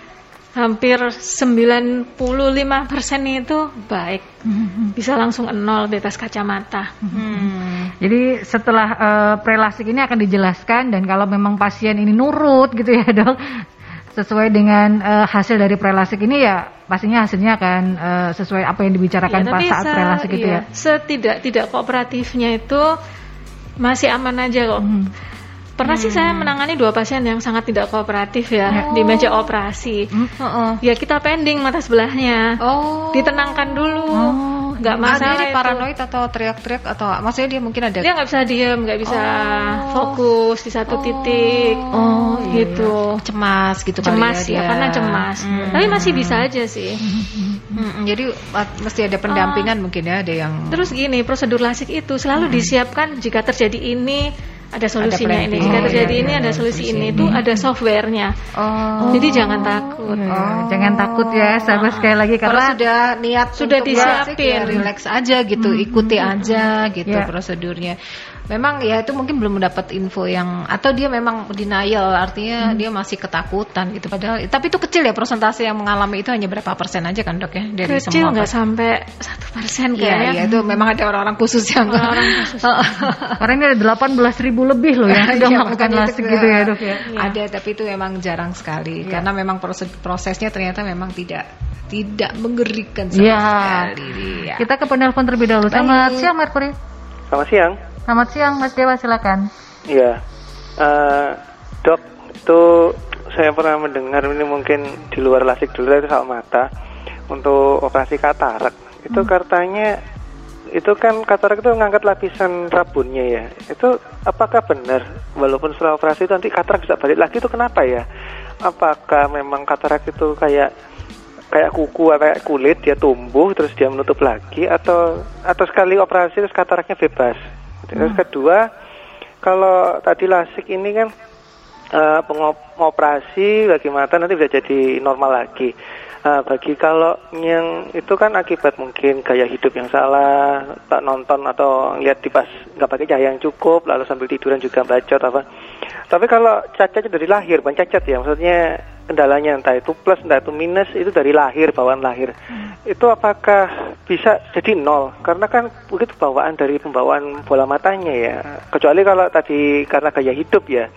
D: hampir sembilan puluh lima persen itu baik, hmm. bisa langsung nol bebas kacamata.
B: Hmm. Jadi setelah uh, prelasik ini akan dijelaskan, dan kalau memang pasien ini nurut gitu ya dok, sesuai dengan uh, hasil dari prelasik ini ya pastinya hasilnya akan uh, sesuai apa yang dibicarakan ya, pas saat se- prelasik itu iya, ya.
D: Setidak tidak kooperatifnya itu masih aman aja kok. Hmm. Pernah hmm. sih saya menangani dua pasien yang sangat tidak kooperatif ya, oh. di meja operasi. Hmm. Uh-uh. Ya kita pending mata sebelahnya, oh. ditenangkan dulu, oh. nggak masalah.
C: Ah, dia paranoid atau teriak-teriak atau maksudnya dia mungkin ada?
D: Dia nggak bisa diem, nggak bisa oh. fokus di satu oh. titik,
C: oh
D: gitu.
C: Iya. Cemas gitu
D: cemas
C: kali ya,
D: ya, karena cemas. Hmm. Tapi masih bisa aja sih.
C: Hmm, jadi mesti ada pendampingan uh, mungkin ya, ada yang.
D: Terus gini, prosedur lasik itu selalu hmm. disiapkan jika terjadi ini. Ada solusinya ada ini. Jika terjadi oh, ini iya, ada solusi, solusi ini. Itu ada softwarenya. Oh. Jadi jangan takut.
B: Oh. Jangan takut ya, sahabat, sekali lagi karena
C: kalau sudah niat
D: sudah disiapin,
C: ya, relax aja gitu, hmm. ikuti aja gitu yeah. prosedurnya. Memang ya itu mungkin belum mendapat info yang, atau dia memang denial, artinya hmm. dia masih ketakutan gitu. Padahal tapi itu kecil ya, persentase yang mengalami itu hanya berapa persen aja kan dok ya dari
D: kecil,
C: semua.
D: Kecil nggak sampai satu persen kayaknya.
C: Iya, itu memang ada orang-orang khusus yang
D: orang khusus.
B: Orang ini ada delapan belas ribu lebih loh ya sudah melakukan lasik gitu ya dok ya.
C: Ada, tapi itu memang jarang sekali ya. Karena memang proses prosesnya ternyata memang tidak tidak mengerikan sama ya. sekali. Ya.
B: Kita ke penelpon terlebih dahulu. Selamat siang Mercury.
F: Selamat siang.
B: Selamat siang Mas Dewa, silakan.
F: Iya, uh, dok, itu saya pernah mendengar, ini mungkin di luar lasik dulu, itu soal mata untuk operasi katarak. Itu hmm. katanya, itu kan katarak itu ngangkat lapisan rabunnya ya. Itu apakah benar? Walaupun setelah operasi itu nanti katarak bisa balik lagi, itu kenapa ya? Apakah memang katarak itu kayak kayak kuku atau kayak kulit, dia tumbuh terus dia menutup lagi, atau atau sekali operasi terus kataraknya bebas? Terus hmm. kedua, kalau tadi lasik ini kan uh, pengoperasi bagi mata nanti bisa jadi normal lagi. Uh, bagi kalau yang itu kan akibat mungkin gaya hidup yang salah, tak nonton atau lihat di pas nggak pakai cahaya yang cukup, lalu sambil tiduran juga bacot apa. Tapi kalau cacat dari lahir, bukan cacat ya, maksudnya kendalanya entah itu plus entah itu minus, itu dari lahir, bawaan lahir. Hmm. Itu apakah bisa jadi nol? Karena kan begitu bawaan dari pembawaan bola matanya ya. Kecuali kalau tadi karena gaya hidup ya,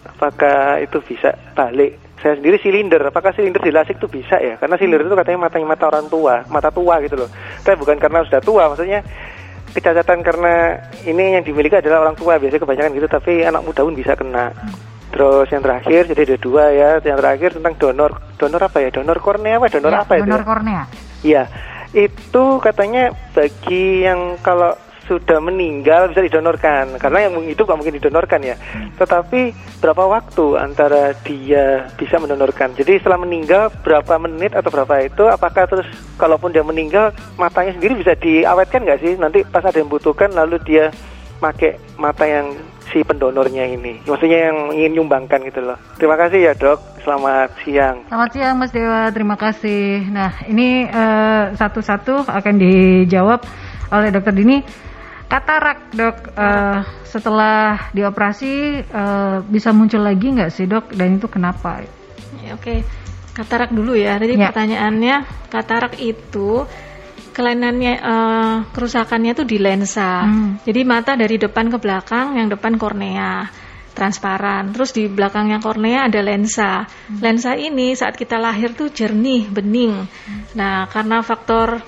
F: apakah itu bisa balik? Saya sendiri silinder, apakah silinder di lasik itu bisa ya? Karena silinder itu katanya matanya mata orang tua, mata tua gitu loh. Tapi bukan karena sudah tua, maksudnya kecacatan karena ini yang dimiliki adalah orang tua, biasanya kebanyakan gitu, tapi anak muda pun bisa kena. Terus yang terakhir, jadi ada dua ya, yang terakhir tentang donor, donor apa ya, donor kornea apa, donor
B: ya,
F: apa itu?
B: Donor kornea.
F: Iya, itu katanya bagi yang kalau sudah meninggal bisa didonorkan, karena yang hidup nggak mungkin didonorkan ya. Tetapi berapa waktu antara dia bisa mendonorkan? Jadi setelah meninggal berapa menit atau berapa itu? Apakah terus kalaupun dia meninggal matanya sendiri bisa diawetkan nggak sih? Nanti pas ada yang butuhkan lalu dia pakai mata yang si pendonornya ini, maksudnya yang ingin nyumbangkan gitu loh. Terima kasih ya dok. Selamat siang.
B: Selamat siang Mas Dewa, terima kasih. Nah ini uh, satu-satu akan dijawab oleh dokter Dini. Katarak dok, uh, setelah dioperasi uh, bisa muncul lagi nggak sih dok, dan itu kenapa?
D: Ya, Oke, okay. Katarak dulu ya. Tadi ya. Pertanyaannya, katarak itu kelainannya, uh, kerusakannya itu di lensa. Hmm. Jadi mata dari depan ke belakang, yang depan kornea transparan, terus di belakangnya kornea ada lensa. Hmm. Lensa ini saat kita lahir tuh jernih, bening. Hmm. Nah karena faktor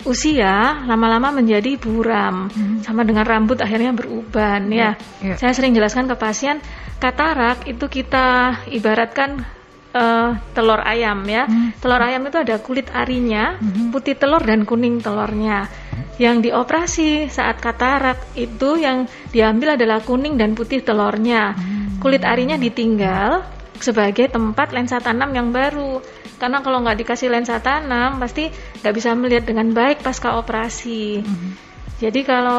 D: usia lama-lama menjadi buram, hmm. sama dengan rambut akhirnya beruban ya. Yeah. Saya sering jelaskan ke pasien, katarak itu kita ibaratkan uh, telur ayam ya. Hmm. Telur ayam itu ada kulit arinya, hmm. putih telur dan kuning telurnya. Yang dioperasi saat katarak itu yang diambil adalah kuning dan putih telurnya. Hmm. Kulit arinya ditinggal sebagai tempat lensa tanam yang baru. Karena kalau nggak dikasih lensa tanam pasti nggak bisa melihat dengan baik pasca operasi. Mm-hmm. Jadi kalau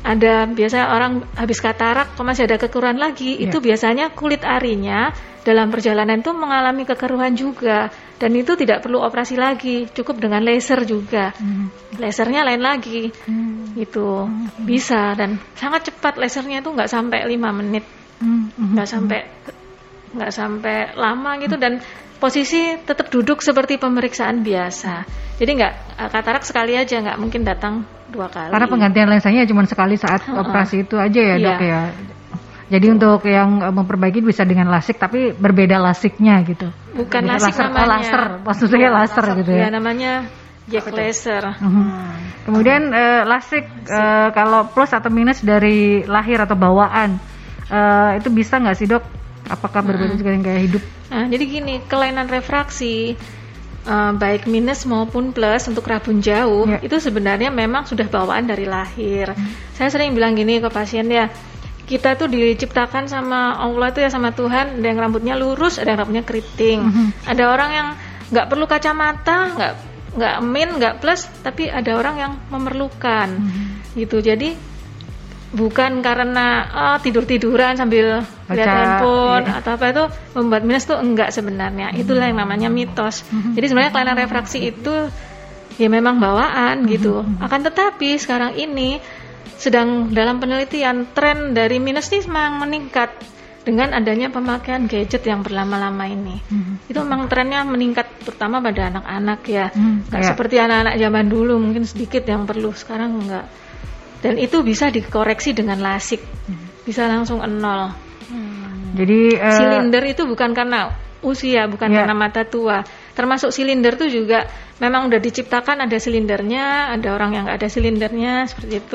D: ada biasanya orang habis katarak kok masih ada kekeruhan lagi, yeah. itu biasanya kulit arinya dalam perjalanan itu mengalami kekeruhan juga, dan itu tidak perlu operasi lagi, cukup dengan laser juga. Mm. Lasernya lain lagi, mm. itu mm. bisa, dan sangat cepat lasernya itu nggak sampai lima menit, nggak mm. sampai nggak sampai lama gitu, dan posisi tetap duduk seperti pemeriksaan biasa. Jadi nggak katarak sekali aja, nggak mungkin datang dua kali.
B: Karena penggantian lensanya cuma sekali saat uh-uh. operasi itu aja ya, Dok, ya. Jadi Betul. Untuk yang memperbaiki bisa dengan lasik, tapi berbeda lasiknya gitu.
D: Bukan
B: berbeda
D: lasik
B: laser,
D: namanya.
B: Oh, laser, maksudnya
D: ya,
B: laser, laser gitu ya.
D: Ya namanya jack laser.
B: Uh-huh. Kemudian uh, lasik uh, kalau plus atau minus dari lahir atau bawaan uh, itu bisa nggak sih, Dok? Apakah berbeda uh-huh. juga dengan gaya hidup?
D: Nah, jadi gini, kelainan refraksi uh, baik minus maupun plus untuk rabun jauh yeah. itu sebenarnya memang sudah bawaan dari lahir. Hmm. Saya sering bilang gini ke pasien ya, kita tuh diciptakan sama Allah itu ya, sama Tuhan, ada yang rambutnya lurus, ada yang rambutnya keriting. Hmm. Ada orang yang nggak perlu kacamata, nggak nggak min, nggak plus, tapi ada orang yang memerlukan, hmm. gitu. Jadi bukan karena oh, tidur-tiduran sambil lihat handphone iya. atau apa itu membuat minus tuh enggak sebenarnya. Itulah yang namanya mitos. Mm-hmm. Jadi sebenarnya kelainan refraksi itu ya memang bawaan mm-hmm. gitu. Akan tetapi sekarang ini sedang dalam penelitian tren dari minus ini memang meningkat dengan adanya pemakaian gadget yang berlama-lama ini. Mm-hmm. Itu memang trennya meningkat terutama pada anak-anak ya. Mm-hmm. Nggak yeah. seperti anak-anak zaman dulu mungkin sedikit yang perlu, sekarang enggak. Dan itu bisa dikoreksi dengan lasik, bisa langsung nol. Hmm.
B: Jadi uh,
D: silinder itu bukan karena usia, bukan yeah. karena mata tua. Termasuk silinder itu juga memang udah diciptakan ada silindernya, ada orang yang nggak ada silindernya seperti itu.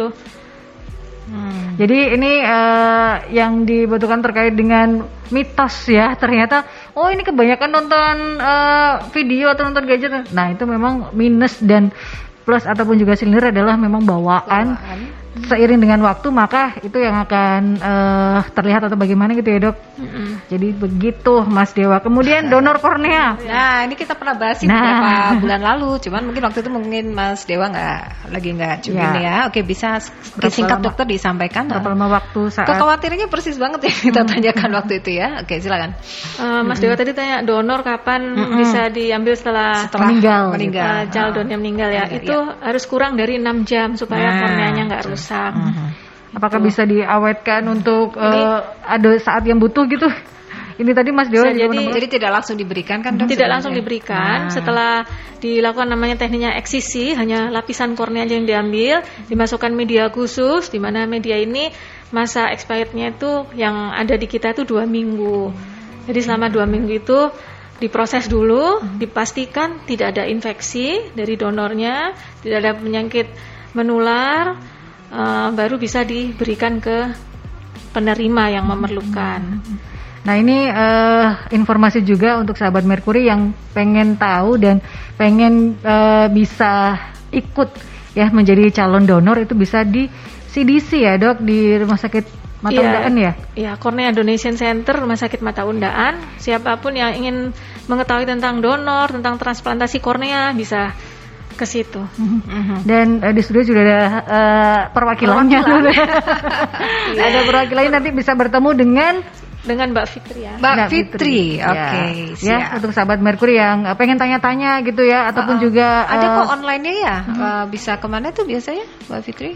D: Hmm. Jadi ini uh, yang dibutuhkan terkait dengan mitos ya. Ternyata oh ini kebanyakan nonton uh, video atau nonton gadget. Nah itu memang minus, dan plus ataupun juga silinder adalah memang bawaan. bawaan. Seiring dengan waktu maka itu yang akan uh, terlihat atau bagaimana gitu ya, Dok. Mm-hmm. Jadi begitu Mas Dewa. Kemudian donor kornea.
C: Nah ini kita pernah bahas nah. beberapa bulan lalu. Cuman mungkin waktu itu mungkin Mas Dewa nggak lagi nggak join ya. ya. Oke bisa singkat dokter disampaikan.
B: Berapa lama waktu saat?
C: Kekhawatirannya persis banget ya kita hmm. tanyakan waktu itu ya. Oke silakan.
D: Uh, Mas hmm. Dewa tadi tanya donor kapan hmm. bisa diambil setelah,
B: setelah meninggal.
C: meninggal.
D: Uh, calonnya meninggal ya. Meninggal, itu ya. harus kurang dari enam jam supaya nah. korneanya nggak rusak.
B: Uh-huh. Apakah itu. bisa diawetkan untuk uh, ada saat yang butuh gitu? Ini tadi Mas Dewa
C: jadi, jadi tidak langsung diberikan kan, Dok?
D: Tidak langsung diberikan. Nah. Setelah dilakukan namanya tekniknya eksisi, hanya lapisan kornea aja yang diambil, dimasukkan media khusus, di mana media ini masa expirednya itu yang ada di kita itu dua minggu. Jadi selama dua minggu itu diproses dulu, dipastikan tidak ada infeksi dari donornya, tidak ada penyakit menular, uh, baru bisa diberikan ke penerima yang memerlukan.
B: Nah ini uh, informasi juga untuk sahabat Merkuri yang pengen tahu dan pengen uh, bisa ikut ya menjadi calon donor, itu bisa di C D C ya, Dok, di Rumah Sakit Mata ya, Undaan ya?
D: Iya, Cornea Donation Center Rumah Sakit Mata Undaan. Siapapun yang ingin mengetahui tentang donor, tentang transplantasi kornea bisa ke situ. Mm-hmm. Dan uh, di studio sudah ada uh, perwakilannya. Perwakilan. Ada perwakilannya, nanti bisa bertemu dengan dengan Mbak Fitri ya.
C: Mbak nah, Fitri, Fitri. Oke. Okay,
B: ya, ya, untuk sahabat Merkuri yang uh, pengen tanya-tanya gitu ya, ataupun uh, juga uh,
C: ada kok online-nya ya. Uh-huh. Uh, bisa kemana tuh biasanya, Mbak Fitri?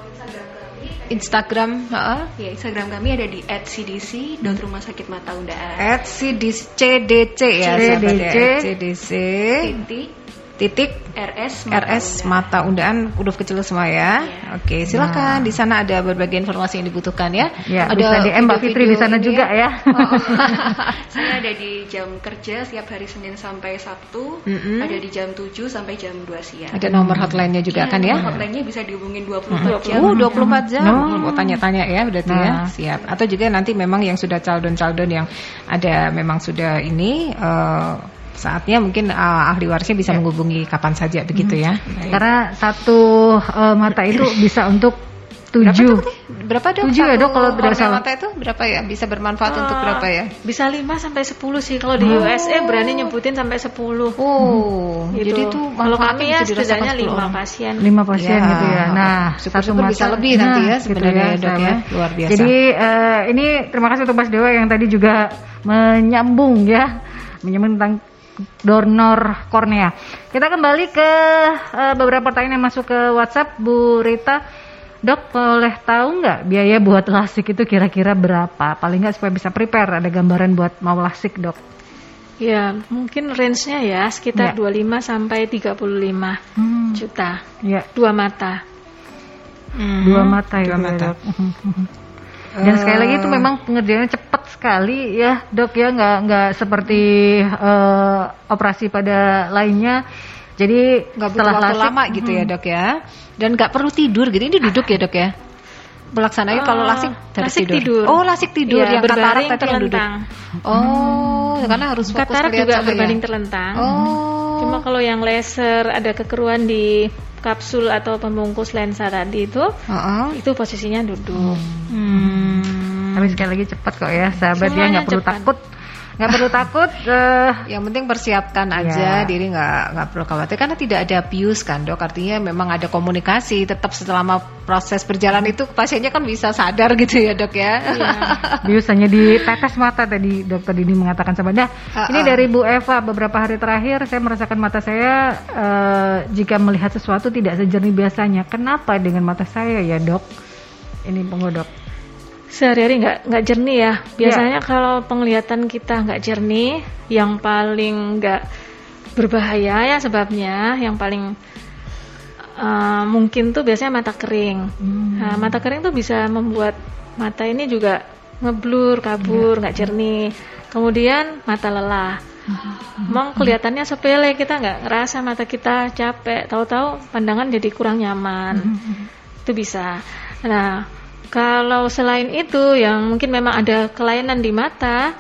C: Instagram, uh.
G: ya Instagram kami ada di at c d c dot rumah sakit mata undaan.
C: at c d c ya,
B: C D C,
C: C D C
G: titik
C: titik
G: R S
C: Mata R S Mata Undaan, huruf kecil semua ya. Yeah. Oke, silakan. Nah. Di sana ada berbagai informasi yang dibutuhkan ya.
B: Ya,
C: ada
B: bisa di Mbak Fitri di sana juga ya.
G: Oh, oh. Saya ada di jam kerja setiap hari Senin sampai Sabtu. Mm-hmm. Ada di jam tujuh sampai jam dua siang.
C: Ada nomor hotline-nya juga ya, kan ya?
G: Nomor hotline-nya bisa dihubungin dua puluh empat jam.
C: Oh, dua puluh empat jam.
B: No.
C: Mau tanya-tanya ya, udah tuh nah. ya. Siap. Atau juga nanti memang yang sudah caldon-caldon yang ada memang sudah ini uh, saatnya mungkin uh, ahli warisnya bisa ya. menghubungi kapan saja begitu hmm. ya.
B: Karena satu uh, mata itu bisa untuk Tujuh.
C: Berapa dok?
B: Tujuh ya dok kalau tidak
C: kornea
B: salah.
C: mata itu berapa ya? Bisa bermanfaat
D: Uh,
C: untuk berapa ya?
D: Bisa lima sampai sepuluh sih. Kalau di U S A berani nyebutin sampai sepuluh.
C: Oh,
D: Gitu.
C: jadi itu
D: kalau kami ya
C: bisa dirasakan
D: setidaknya
C: sepuluh
D: lima
C: orang.
D: pasien.
B: Lima pasien
C: Ya.
B: gitu ya. Nah,
C: Syukur-syukur
B: satu
C: bisa
B: mata-
C: lebih nanti ya
B: Nah,
C: sebenarnya
B: gitu
C: dok ya.
B: sahabat.
C: Luar biasa.
B: Jadi eh, ini terima kasih untuk Mas Dewa yang tadi juga menyambung ya, menyambung tentang donor kornea. Kita kembali ke eh, beberapa pertanyaan yang masuk ke WhatsApp. Bu Rita, Dok, boleh tahu nggak biaya buat lasik itu kira-kira berapa? Paling nggak supaya bisa prepare, ada gambaran buat mau lasik, Dok.
D: Ya, mungkin range-nya ya sekitar
B: Ya.
D: dua puluh lima sampai tiga puluh lima
B: Hmm.
D: juta.
B: Ya,
D: Dua mata.
C: Mhm.
B: dua mata ya,
C: Dua
B: Bu,
C: mata.
B: Dok. Dan sekali lagi itu memang pengerjaannya cepat sekali ya, Dok ya, nggak nggak seperti eh, operasi pada lainnya. Jadi
C: Nggak butuh
B: setelah
C: waktu
B: lasik,
C: lama gitu ya
B: hmm,
C: dok ya. Dan nggak perlu tidur gitu. Ini duduk ya dok ya. Pelaksananya kalau
D: Ah,
C: lasik harus
D: lasik
C: tidur.
D: tidur.
C: Oh lasik tidur
D: Iya,
C: yang katarak
D: berbaring
C: tadi yang duduk.
D: terlentang.
C: Oh, karena harus fokus
D: Katarak
C: melihat
D: juga
C: cahaya.
D: berbanding terlentang.
C: Oh.
D: Cuma kalau yang laser ada kekeruan di kapsul atau pembungkus lensa tadi itu,
C: Heeh.
D: itu posisinya duduk.
C: Hmm.
B: tapi sekali lagi cepat kok ya, sahabat ya,
D: Semuanya
B: nggak perlu
D: cepat.
B: takut, nggak perlu takut. eh,
C: Yang penting persiapkan aja
B: Ya.
C: diri, nggak nggak perlu khawatir karena tidak ada abuse kan dok. Artinya memang ada komunikasi. Tetap selama proses berjalan itu pasiennya kan bisa sadar gitu ya dok ya.
B: biasanya ditetes mata tadi dokter Dini mengatakan sahabat. Nah,
C: Uh-uh.
B: ini dari Bu Eva, beberapa hari terakhir saya merasakan mata saya eh, jika melihat sesuatu tidak sejernih biasanya. Kenapa dengan mata saya ya dok? Ini penggodok.
D: Sehari-hari nggak nggak jernih ya. Biasanya kalau penglihatan kita nggak jernih, yang paling nggak berbahaya ya sebabnya, yang paling uh, mungkin tuh biasanya mata kering. Nah, mata kering tuh bisa membuat mata ini juga ngeblur, kabur, nggak jernih. Kemudian mata lelah. Memang kelihatannya sepele, kita nggak ngerasa mata kita capek, tahu-tahu pandangan jadi kurang nyaman. Itu bisa. Nah, kalau selain itu yang mungkin memang ada kelainan di mata,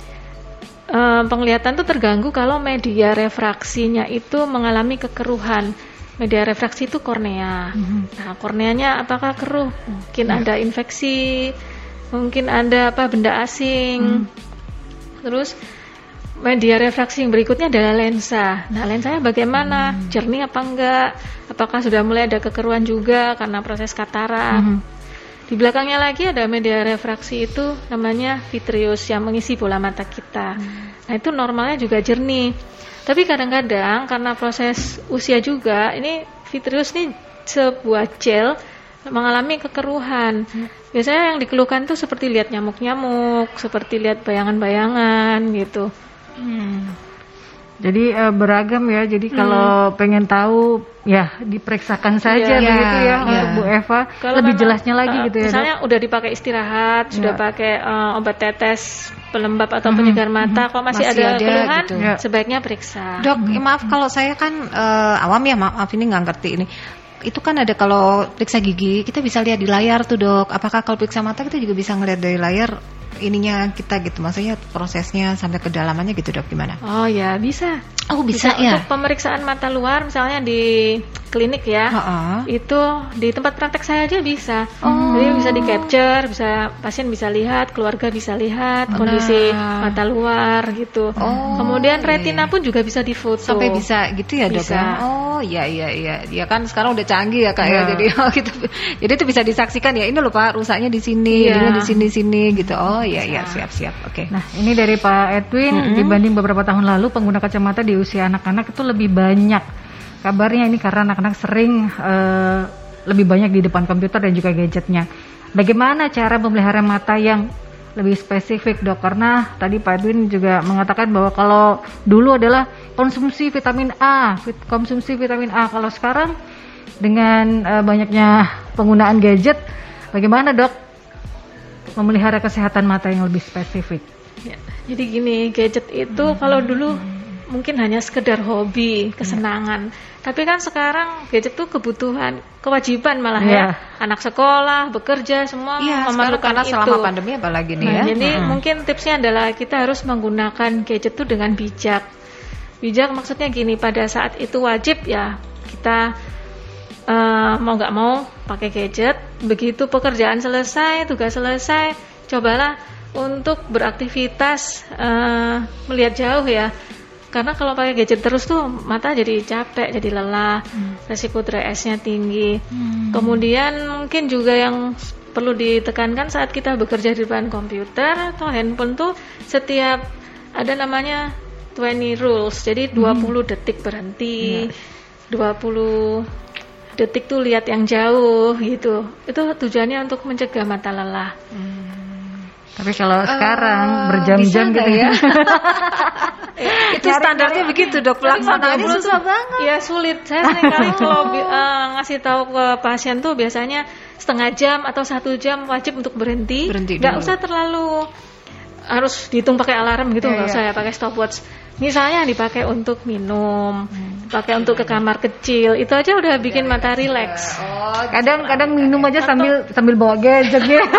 D: eh, penglihatan itu terganggu kalau media refraksinya itu mengalami kekeruhan. Media refraksi itu kornea. Nah, korneanya apakah keruh? Mungkin ada infeksi, mungkin ada apa benda asing. Terus media refraksi yang berikutnya adalah lensa. Nah, lensanya bagaimana? Jernih apa enggak? Apakah sudah mulai ada kekeruhan juga karena proses katarak? Di belakangnya lagi ada media refraksi itu namanya vitreous yang mengisi bola mata kita. Nah, itu normalnya juga jernih. Tapi kadang-kadang karena proses usia juga, ini vitreous ini sebuah gel mengalami kekeruhan. Biasanya yang dikeluhkan tuh seperti lihat nyamuk-nyamuk, seperti lihat bayangan-bayangan gitu.
B: Jadi eh, beragam ya. Jadi kalau pengen tahu ya diperiksakan saja
D: Iya,
B: begitu ya,
C: iya.
B: untuk Bu Eva.
D: Kalau
B: Lebih
D: memang,
B: jelasnya lagi
D: uh,
B: gitu ya.
D: Misalnya
B: Dok.
D: udah dipakai istirahat, sudah
B: Ya.
D: pakai uh, obat tetes pelembab atau penyegar mata, kalau masih,
C: Masih
D: ada,
C: ada
D: keluhan,
C: gitu.
B: Ya.
D: sebaiknya periksa.
C: Dok, eh, maaf kalau saya kan eh, awam ya, maaf ini nggak ngerti ini. Itu kan ada kalau periksa gigi, kita bisa lihat di layar tuh dok. Apakah kalau periksa mata kita juga bisa ngeliat dari layar ininya kita gitu? Maksudnya prosesnya sampai kedalamannya gitu dok, gimana?
D: Oh ya, bisa.
C: Oh bisa, ya?
D: Untuk pemeriksaan mata luar misalnya di klinik ya,
C: Heeh.
D: itu di tempat praktek saya aja bisa.
C: Oh.
D: Jadi bisa di capture, bisa pasien bisa lihat, keluarga bisa lihat kondisi
C: Nah.
D: mata luar gitu.
C: Oh,
D: Kemudian
C: iya,
D: retina
C: iya.
D: pun juga bisa difoto.
C: Sampai bisa gitu ya dok
D: Bisa.
C: ya? Oh iya iya iya. Ya kan sekarang udah canggih ya kak ya.
B: Ya.
C: Jadi oh, gitu. Jadi itu bisa disaksikan ya. Ini loh pak, rusaknya di sini,
D: Iya.
C: ininya di sini sini gitu. Oh iya iya siap siap. Oke.
B: Nah, ini dari Pak Edwin, dibanding beberapa tahun lalu pengguna kacamata di usia anak-anak itu lebih banyak. Kabarnya ini karena anak-anak sering eh, lebih banyak di depan komputer dan juga gadgetnya. Bagaimana cara memelihara mata yang lebih spesifik dok? Karena tadi Pak Edwin juga mengatakan bahwa kalau dulu adalah konsumsi vitamin A, vit- konsumsi vitamin A. Kalau sekarang dengan eh, banyaknya penggunaan gadget, bagaimana dok memelihara kesehatan mata yang lebih spesifik?
D: Ya, jadi gini, gadget itu kalau dulu mungkin hanya sekedar hobi, kesenangan. Tapi kan sekarang gadget itu kebutuhan, kewajiban malah
B: Iya.
D: ya. Anak sekolah, bekerja, semua
C: Iya sekarang
D: memerlukan
C: karena
D: itu.
C: selama pandemi apalagi nih
D: Nah,
C: ya.
D: jadi
C: Mm-mm.
D: mungkin tipsnya adalah kita harus menggunakan gadget itu dengan bijak. Bijak maksudnya gini, pada saat itu wajib ya kita uh, mau nggak mau pakai gadget. Begitu pekerjaan selesai, tugas selesai, cobalah untuk beraktivitas uh, melihat jauh ya. Karena kalau pakai gadget terus tuh mata jadi capek, jadi lelah, hmm. resiko dry eyes-nya tinggi. Hmm. Kemudian mungkin juga yang perlu ditekankan saat kita bekerja di depan komputer atau handphone tuh setiap ada namanya dua puluh rules. Jadi dua puluh hmm. detik berhenti, ya. dua puluh detik tuh lihat yang jauh gitu. Itu tujuannya untuk mencegah mata lelah.
B: Hmm. Tapi kalau uh, sekarang berjam-jam gitu ya.
C: Itu standarnya begitu dok, pelaksanaannya susah banget.
D: Ya sulit. Saya sering kali kalau uh, ngasih tahu ke pasien tuh biasanya setengah jam atau satu jam wajib untuk berhenti. Berhenti Gak dulu. Usah terlalu harus dihitung pakai alarm gitu, nggak yeah, usah yeah. ya pakai stopwatch. Misalnya dipakai untuk minum, hmm. pakai untuk ke kamar kecil, itu aja udah bikin yeah, mata rileks.
B: Oh, kadang-kadang minum aja sambil sambil bawa gadget gitu.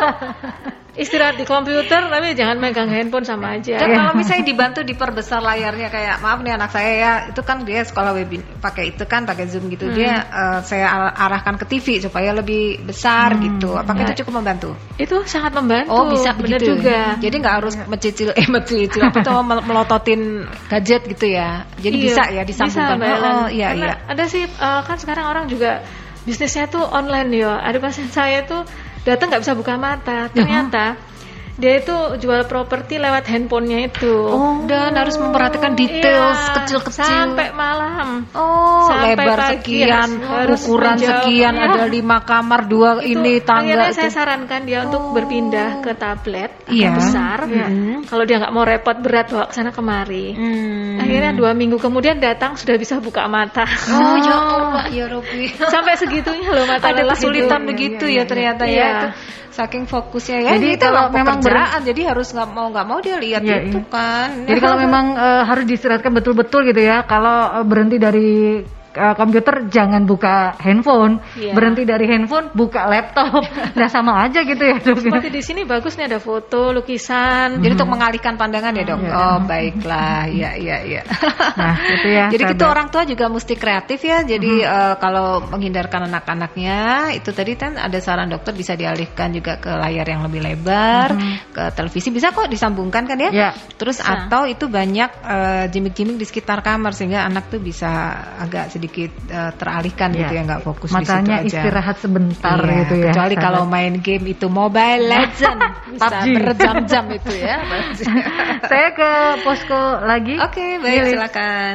D: Istirahat di komputer tapi jangan megang handphone sama aja.
C: Dan kalau misalnya dibantu diperbesar layarnya, kayak maaf nih anak saya ya, itu kan dia sekolah webinar pakai itu kan pakai Zoom gitu, hmm. dia uh, saya arahkan ke T V supaya lebih besar hmm. gitu. Apakah ya. itu cukup membantu?
D: Itu sangat membantu.
C: Oh bisa
D: benar
C: begitu
D: juga.
C: Jadi nggak harus mencicil eh mencicil apa tuh melototin gadget gitu ya. Jadi iya, bisa ya disambungkan.
D: Bisa,
C: oh iya iya.
D: Ada sih uh, kan sekarang orang juga bisnisnya tuh online ya. Ada pasien saya tuh datang nggak bisa buka mata, ternyata uh-huh. dia itu jual properti lewat handphonenya itu.
C: Oh, dan harus memperhatikan detail iya, kecil-kecil
D: sampai malam.
C: Oh,
D: sampai
C: lebar
D: pagi,
C: sekian,
D: harus
C: ukuran menjauh. sekian, ya. Ada lima kamar, dua itu, ini tangga.
D: Akhirnya
C: itu.
D: saya sarankan dia untuk oh. berpindah ke tablet
C: iya.
D: besar.
C: Iya.
D: Kalau dia nggak mau repot berat bawa ke sana kemari. Hmm. Akhirnya dua minggu kemudian datang sudah bisa buka mata.
C: Oh, ya Allah, ya Robbi.
D: Sampai segitunya loh mata
C: ada
D: lelah
C: kesulitan
D: itu.
C: begitu
D: ya,
C: ya, ya ternyata ya.
D: ya.
C: Itu saking fokusnya ya.
B: Jadi
C: itu
B: kalau memang
C: pekerjaan, jadi harus nggak mau nggak mau dia lihat ya, itu iya. kan.
B: Jadi kalau memang uh, harus diistirahatkan betul-betul gitu ya. Kalau uh, berhenti dari uh, komputer jangan buka handphone, yeah. berhenti dari handphone buka laptop, nah sama aja gitu ya dok.
D: Seperti di sini bagus nih ada foto, lukisan.
C: Hmm. Jadi untuk mengalihkan pandangan ya dok. Hmm. Oh baiklah, ya ya ya.
B: Nah itu ya.
C: Jadi kita orang tua juga mesti kreatif ya. Jadi hmm. uh, kalau menghindarkan anak-anaknya itu tadi kan ada saran dokter bisa dialihkan juga ke layar yang lebih lebar, hmm. ke televisi bisa kok disambungkan kan ya.
B: ya.
C: Terus bisa. Atau itu banyak uh, gimmick-gimmick di sekitar kamar sehingga anak tuh bisa agak sedikit uh, teralihkan ya. gitu ya, nggak fokus
B: matanya
C: di situ aja.
B: Istirahat sebentar
C: iya,
B: gitu ya.
C: Kecuali sahabat. Kalau main game itu Mobile Legend bisa berjam-jam itu ya.
B: Saya ke posko lagi.
C: Oke, okay, baik Gili. Silakan.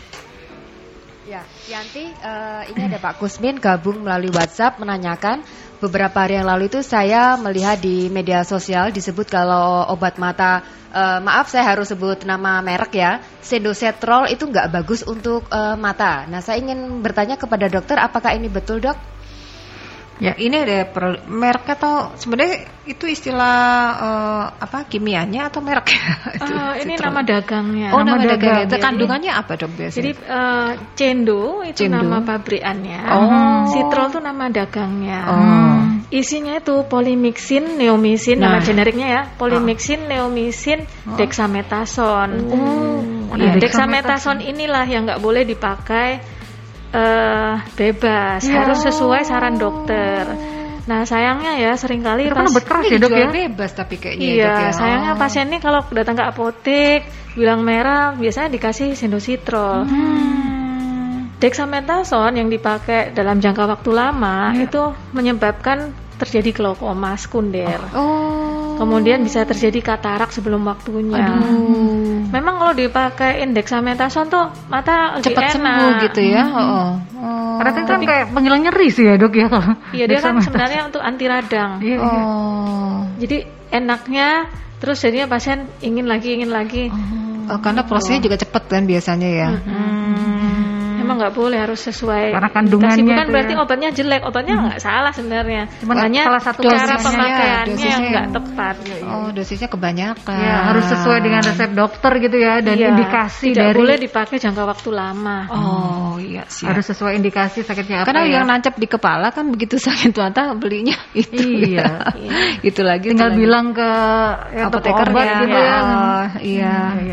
E: Ya, Yanti, uh, ini ada Pak Kusmin gabung melalui WhatsApp menanyakan beberapa hari yang lalu itu saya melihat di media sosial disebut kalau obat mata, uh, maaf saya harus sebut nama merek ya, Sendosetrol itu nggak bagus untuk uh, mata. Nah, saya ingin bertanya kepada dokter, apakah ini betul dok?
C: Ya, ini ada per, merek atau sebenarnya itu istilah uh, apa kimianya atau merek? itu,
D: uh, ini nama dagangnya.
C: Oh, nama, nama dagangnya. Itu kandungannya apa dok biasanya?
D: Jadi uh, Cendo itu Cendo. Nama pabrikannya.
C: Oh.
D: Citrol itu nama dagangnya.
C: Oh.
D: Isinya itu polimixin, neomycin, nah. nama generiknya ya. Polimixin, oh. neomycin, oh. dexamethasone.
C: Oh.
D: Nah, ya, dexamethasone inilah yang nggak boleh dipakai Uh, bebas, ya. harus sesuai saran dokter. Nah sayangnya ya seringkali
B: pas kan keras ya dok ya
C: bebas tapi kayaknya
D: iya
C: dok ya.
D: sayangnya
C: oh.
D: pasien ini kalau datang ke apotek bilang merah biasanya dikasih Sendosetrol. Hmm. Dexamethasone yang dipakai dalam jangka waktu lama ya. itu menyebabkan terjadi glaukoma sekunder.
C: Oh.
D: Kemudian bisa terjadi katarak sebelum waktunya.
C: Aduh.
D: Memang kalau dipakai dexamethasone tuh mata
C: cepat sembuh gitu ya. Hmm. Oh.
B: Oh. Karena itu kan kayak penghilang nyeri sih ya dok ya kalau.
D: Iya dia kan sebenarnya untuk anti radang.
B: Iya,
C: oh.
B: iya.
D: Jadi enaknya terus jadinya pasien ingin lagi ingin lagi.
C: Oh, oh karena prosesnya juga cepat kan biasanya ya.
D: Hmm. Memang nggak boleh harus sesuai.
B: Karena kandungannya
D: bukan berarti
B: ya.
D: obatnya jelek, obatnya nggak hmm. salah sebenarnya.
B: Cuman hanya
D: salah satu cara pemakaiannya yang nggak tepat.
C: Oh dosisnya kebanyakan.
B: Ya, harus sesuai dengan resep dokter gitu ya dan
D: iya,
B: indikasi
D: tidak
B: dari.
D: boleh dipakai jangka waktu lama.
C: Oh iya siap.
B: Harus sesuai indikasi sakitnya apa.
C: Karena
B: ya.
C: yang nancap di kepala kan begitu sakit mata belinya itu.
B: Iya.
C: Ya. Itu lagi.
B: Tinggal
C: itu
B: bilang ke
C: ya, apoteker
B: obat
C: ya.
B: gitu ya.
C: Oh, iya.
B: Hmm, iya.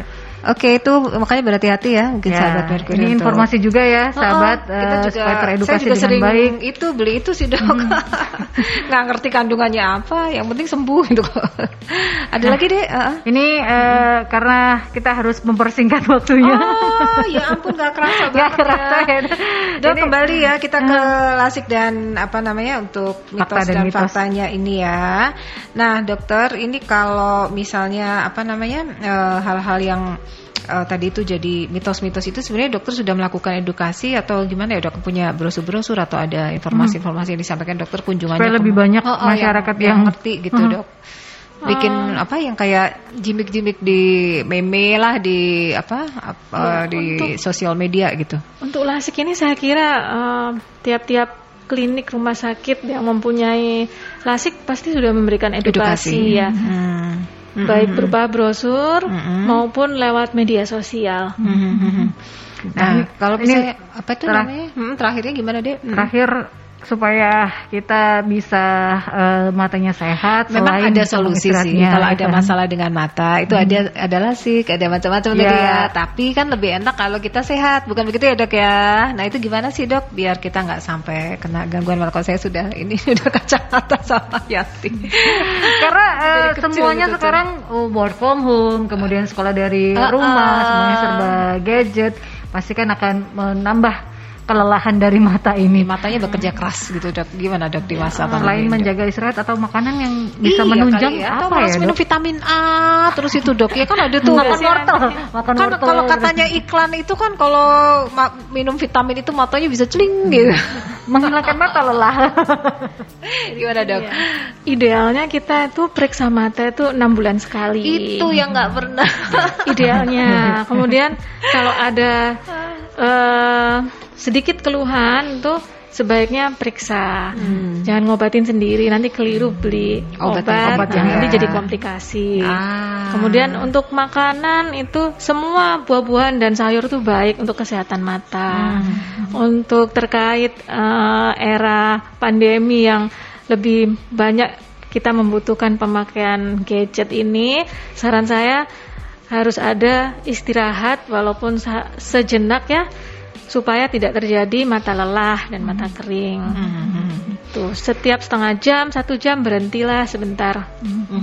C: Oke, itu makanya berhati-hati ya mungkin
B: Ya,
C: sahabat Merkuri.
B: ini
C: untuk-
B: informasi juga ya, sahabat,
C: Oh, kita
B: eh,
C: juga,
B: supaya teredukasi
C: saya juga
B: dengan
C: sering
B: baik.
C: itu beli itu sih dok, nggak ngerti kandungannya apa, yang penting sembuh gitu. Ada lagi deh. uh-uh.
B: Ini eh, karena kita harus mempersingkat waktunya.
C: Oh ya ampun, nggak kerasa
B: Nggak
C: banget
B: kerasa
C: ya.
B: ya.
C: Dok,
B: Ini-
C: kembali ya kita ke lasik dan apa namanya untuk
B: Fakta
C: mitos
B: dan
C: dan,
B: mitos.
C: faktanya ini ya. Nah dokter, ini kalau misalnya apa namanya eh, hal-hal yang eh, tadi itu jadi mitos-mitos itu sebenarnya dokter sudah melakukan edukasi atau gimana ya dok? Punya brosur-brosur atau ada informasi-informasi yang disampaikan dokter kunjungannya?
B: Supaya lebih
C: ke-
B: banyak
C: Oh, oh,
B: masyarakat
C: yang,
B: yang-
C: yang ngerti gitu
B: Hmm.
C: dok. Bikin apa yang kayak gimmick-gimmick di meme lah di apa, apa
D: Ya,
C: di
D: untuk-
C: sosial media gitu.
D: Untuk lasik ini saya kira eh, tiap-tiap klinik rumah sakit yang mempunyai lasik pasti sudah memberikan edukasi, ya,
C: Hmm.
D: baik berupa brosur
C: Mm-mm.
D: maupun lewat media sosial.
C: Hmm. Nah, kalau
B: ini
C: misalnya apa itu
B: terah-
C: namanya? Hmm, terakhirnya gimana deh?
B: Terakhir, supaya kita bisa eh, matanya sehat.
C: Memang
B: selain
C: ada
B: bisa
C: solusi sih.
B: mengistirahatnya,
C: Kalau ada
B: kan.
C: masalah dengan mata itu ada ada lasik, ada macam-macam tadi
B: Ya.
C: ya. Tapi kan lebih enak kalau kita sehat, bukan begitu ya dok ya? Nah itu gimana sih dok? Biar kita nggak sampai kena gangguan mata. Kalau saya sudah ini sudah kacamata sama Yati.
B: Karena eh,
C: Dari kecil
B: semuanya
C: gitu tuh.
B: sekarang oh, work from home, kemudian sekolah dari
C: Ah,
B: rumah,
C: ah.
B: semuanya serba gadget, pasti kan akan menambah kelelahan dari mata ini.
C: Matanya bekerja keras gitu dok. Gimana dok di masa pandemi
B: Selain
C: ini, Dok?
B: menjaga istirahat atau makanan yang bisa
C: Iya
B: menunjang
C: kali ya. Atau
B: apa
C: harus
B: ya
C: minum
B: dok?
C: vitamin A terus itu dok ya kan ada tuh
B: Makan wortel, makan
C: kan
B: wortel.
C: kalau katanya iklan itu kan kalau ma- minum vitamin itu matanya bisa celing gitu.
B: menghilangkan mata lelah.
C: Gimana dok?
D: Iya. Idealnya kita itu periksa mata itu enam bulan sekali.
C: Itu yang nggak pernah.
D: Idealnya. Kemudian kalau ada eh, sedikit keluhan tuh sebaiknya periksa. Jangan ngobatin sendiri, nanti keliru beli
C: Obat
D: obat,
C: yang- obat
D: nah,
C: yang
D: nanti
C: ya.
D: jadi komplikasi.
C: Ah.
D: Kemudian untuk makanan itu semua buah-buahan dan sayur itu baik untuk kesehatan mata. Untuk terkait eh, era pandemi yang lebih banyak kita membutuhkan pemakaian gadget ini, saran saya harus ada istirahat walaupun sa- sejenak ya, supaya tidak terjadi mata lelah dan mata kering. Tuh, setiap setengah jam, satu jam berhentilah sebentar.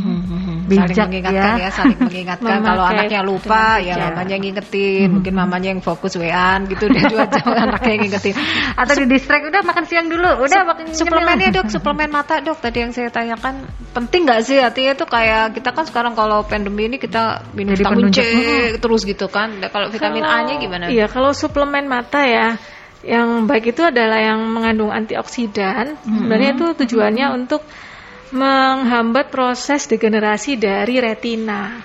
B: Bijak
C: saling mengingatkan
B: ya.
C: ya, saling mengingatkan. Kalau
D: Memakai
C: anaknya lupa
D: dengan
C: ya
D: bijak.
C: mamanya yang ngingetin, mungkin mamanya yang fokus W A-an gitu udah dua jam anaknya yang ngingetin.
B: Atau di distract, udah makan siang dulu, udah makan
C: Suplemennya dok, suplemen mata dok tadi yang saya tanyakan penting nggak sih? Artinya tuh kayak kita kan sekarang kalau pandemi ini kita minum
B: Jadi
C: vitamin C
B: penunjuk.
C: terus gitu kan. Nah, kalau vitamin
D: Kalau-
C: A-nya gimana?
D: Iya, kalau suplemen mata ya, yang baik itu adalah yang mengandung antioksidan. Sebenarnya itu tujuannya untuk menghambat proses degenerasi dari retina.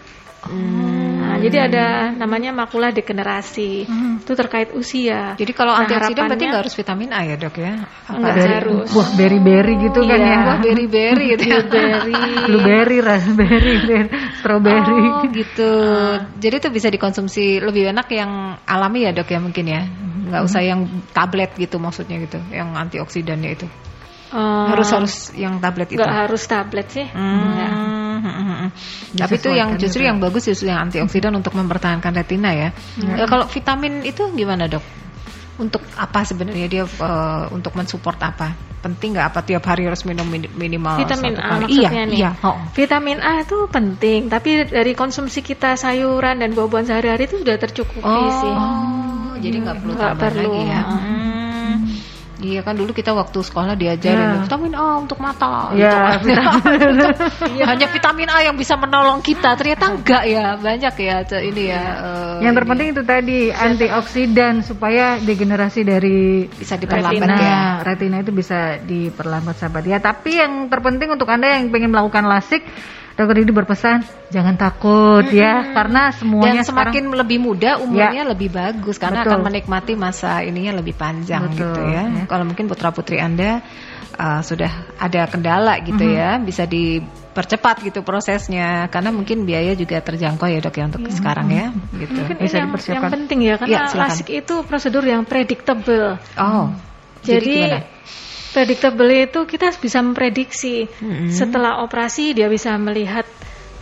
D: Nah, jadi ada namanya makula degenerasi. Itu terkait usia.
C: Jadi kalau
D: Nah,
C: antioksidan berarti
D: harapannya-
C: nggak harus vitamin A ya dok ya?
D: Enggak
B: Dari
D: harus.
B: buah berry-berry gitu kan
D: Iya,
B: ya.
C: Wah berry-berry gitu ya.
D: Blueberry.
B: Blueberry, raspberry, berry, strawberry.
C: Oh gitu. Jadi itu bisa dikonsumsi lebih enak yang alami ya dok ya mungkin ya. Nggak usah yang tablet gitu maksudnya gitu, yang antioksidannya itu.
D: Eh,
C: Harus harus yang tablet itu.
D: nggak harus tablet sih. Nggak.
C: Hmm, hmm, hmm. Tapi itu yang
B: Disesuaikan
C: justru
B: juga.
C: yang bagus justru yang antioksidan untuk mempertahankan retina ya. Ya, kalau vitamin itu gimana dok? Untuk apa sebenarnya dia eh, untuk mensupport apa? Penting nggak apa tiap hari harus minum min- minimal
D: Vitamin
C: satu
D: A
C: kali?
D: maksudnya
C: Iya,
D: nih.
C: iya. Oh.
D: Vitamin A itu penting, tapi dari konsumsi kita sayuran dan buah-buahan sehari-hari itu sudah tercukupi sih.
C: Oh, jadi nggak perlu
D: Nggak
C: tambahan
D: perlu.
C: lagi ya. Hmm. Iya kan dulu kita waktu sekolah diajarin
B: Ya.
C: vitamin A untuk mata.
B: Ya,
C: gitu kan. Hanya vitamin A yang bisa menolong kita. Ternyata enggak ya, banyak ya ce- ini ya. eh,
B: Yang
C: ini.
B: terpenting itu tadi antioksidan supaya degenerasi dari
C: bisa diperlambat
B: retina,
C: ya.
B: retina itu bisa diperlambat sahabat ya. Tapi yang terpenting untuk Anda yang pengen melakukan lasik, Dokter Didi berpesan jangan takut ya, karena semuanya
C: Dan semakin
B: sekarang
C: lebih muda umurnya lebih bagus karena
B: Betul.
C: akan menikmati masa ininya lebih panjang
B: Betul,
C: gitu ya.
B: ya.
C: Kalau mungkin putra-putri Anda uh, sudah ada kendala gitu ya, bisa dipercepat gitu prosesnya karena mungkin biaya juga terjangkau ya dok ya untuk sekarang ya gitu.
D: Mungkin
B: Bisa
D: ini yang,
B: dipersiapkan.
D: yang penting ya, karena
C: Iya, silakan.
D: lasik itu prosedur yang predictable.
C: Oh,
D: Jadi,
C: gimana?
D: predictable itu kita bisa memprediksi
C: Mm-mm.
D: setelah operasi dia bisa melihat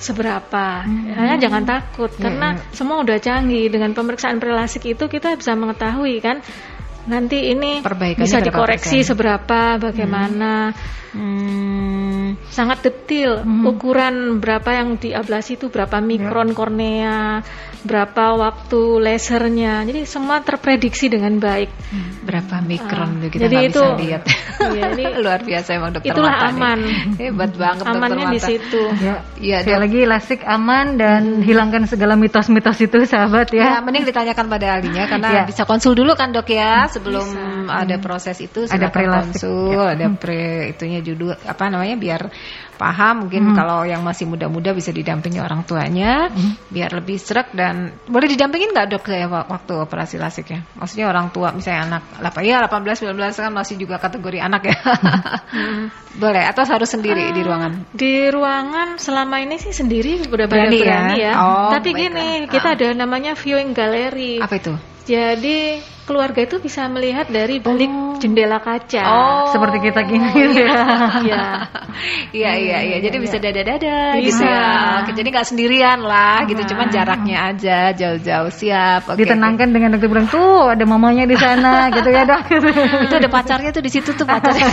D: seberapa. Hmm. Hanya jangan takut yeah, karena yeah. semua udah canggih. Dengan pemeriksaan prelasik itu kita bisa mengetahui kan nanti ini bisa dikoreksi persen? Seberapa, bagaimana. Hmm. Sangat detail hmm. ukuran berapa yang diablasi itu berapa mikron yeah. kornea, berapa waktu lasernya. Jadi semua terprediksi dengan baik. Hmm.
C: Berapa mikron uh, kita
D: jadi
C: nggak
D: itu,
C: bisa lihat.
D: Ya, ini
C: luar biasa emang dokter
D: itulah
C: mata
D: aman.
C: Nih. Hebat banget
D: amannya
C: dokter mata.
D: di situ.
B: Ya,
C: ya
B: sekali lagi lasik aman dan hmm. hilangkan segala mitos-mitos itu sahabat ya.
C: Ya mending ditanyakan pada ahlinya karena ya. bisa konsul dulu kan dok ya sebelum bisa. ada proses itu.
B: Ada pre-lasik.
C: Konsul, ya. ada pre itunya judul apa namanya biar paham mungkin hmm. kalau yang masih muda-muda bisa didampingi orang tuanya hmm. biar lebih sreg dan boleh didampingin nggak dok saya waktu operasi lasik ya? Maksudnya orang tua misalnya anak ya delapan belas sembilan belas kan masih juga kategori anak ya. hmm. Boleh atau harus sendiri uh, di ruangan?
D: Di ruangan selama ini sih sendiri udah berani, berani ya. ya. Oh, tapi gini, kita uh. ada namanya viewing gallery.
C: Apa itu?
D: Jadi keluarga itu bisa melihat dari balik oh. jendela kaca.
B: Oh, seperti kita gini ya.
D: Iya.
C: Iya iya iya. Jadi bisa dada-dada gitu ya. Oke, jadi nggak sendirian lah gitu, cuman jaraknya aja jauh-jauh siap.
B: Oke. Ditenangkan okay. dengan dokter bilang tuh ada mamanya di sana gitu ya dok.
C: Itu ada pacarnya tuh di situ tuh pacarnya.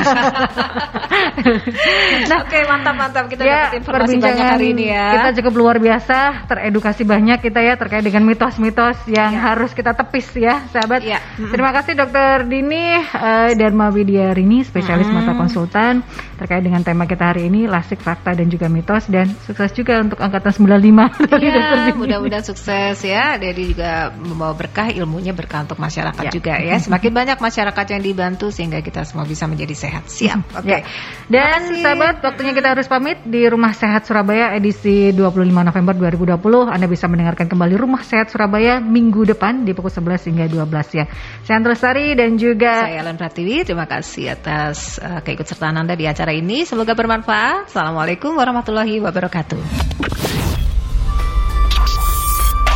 C: Nah, oke okay, mantap-mantap kita ya, dapat informasi banyak hari ini ya.
B: Kita cukup luar biasa, teredukasi banyak kita ya terkait dengan mitos-mitos yang ya. harus kita tepis ya, sahabat. Ya. Mm-hmm. Terima kasih Dokter Dini uh, Dharma Widya Rini, spesialis mm-hmm. mata konsultan terkait dengan tema kita hari ini lasik fakta dan juga mitos dan sukses juga untuk angkatan sembilan puluh lima.
C: Iya, mudah-mudahan sukses ya. Jadi juga membawa berkah, ilmunya berkah untuk masyarakat ya. juga ya. Semakin banyak masyarakat yang dibantu sehingga kita semua bisa menjadi sehat. Siap. Oke. Okay.
B: Ya. Dan sahabat, waktunya kita harus pamit di Rumah Sehat Surabaya edisi dua puluh lima November dua ribu dua puluh. Anda bisa mendengarkan kembali Rumah Sehat Surabaya minggu depan di pukul sebelas hingga dua belas ya. Saya Andra Lestari dan juga
C: saya Ellen Pratiwi. Terima kasih atas uh, keikutsertaan Anda di acara ini. Semoga bermanfaat. Assalamualaikum warahmatullahi wabarakatuh.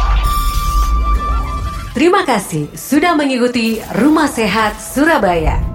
A: Terima kasih sudah mengikuti Rumah Sehat Surabaya.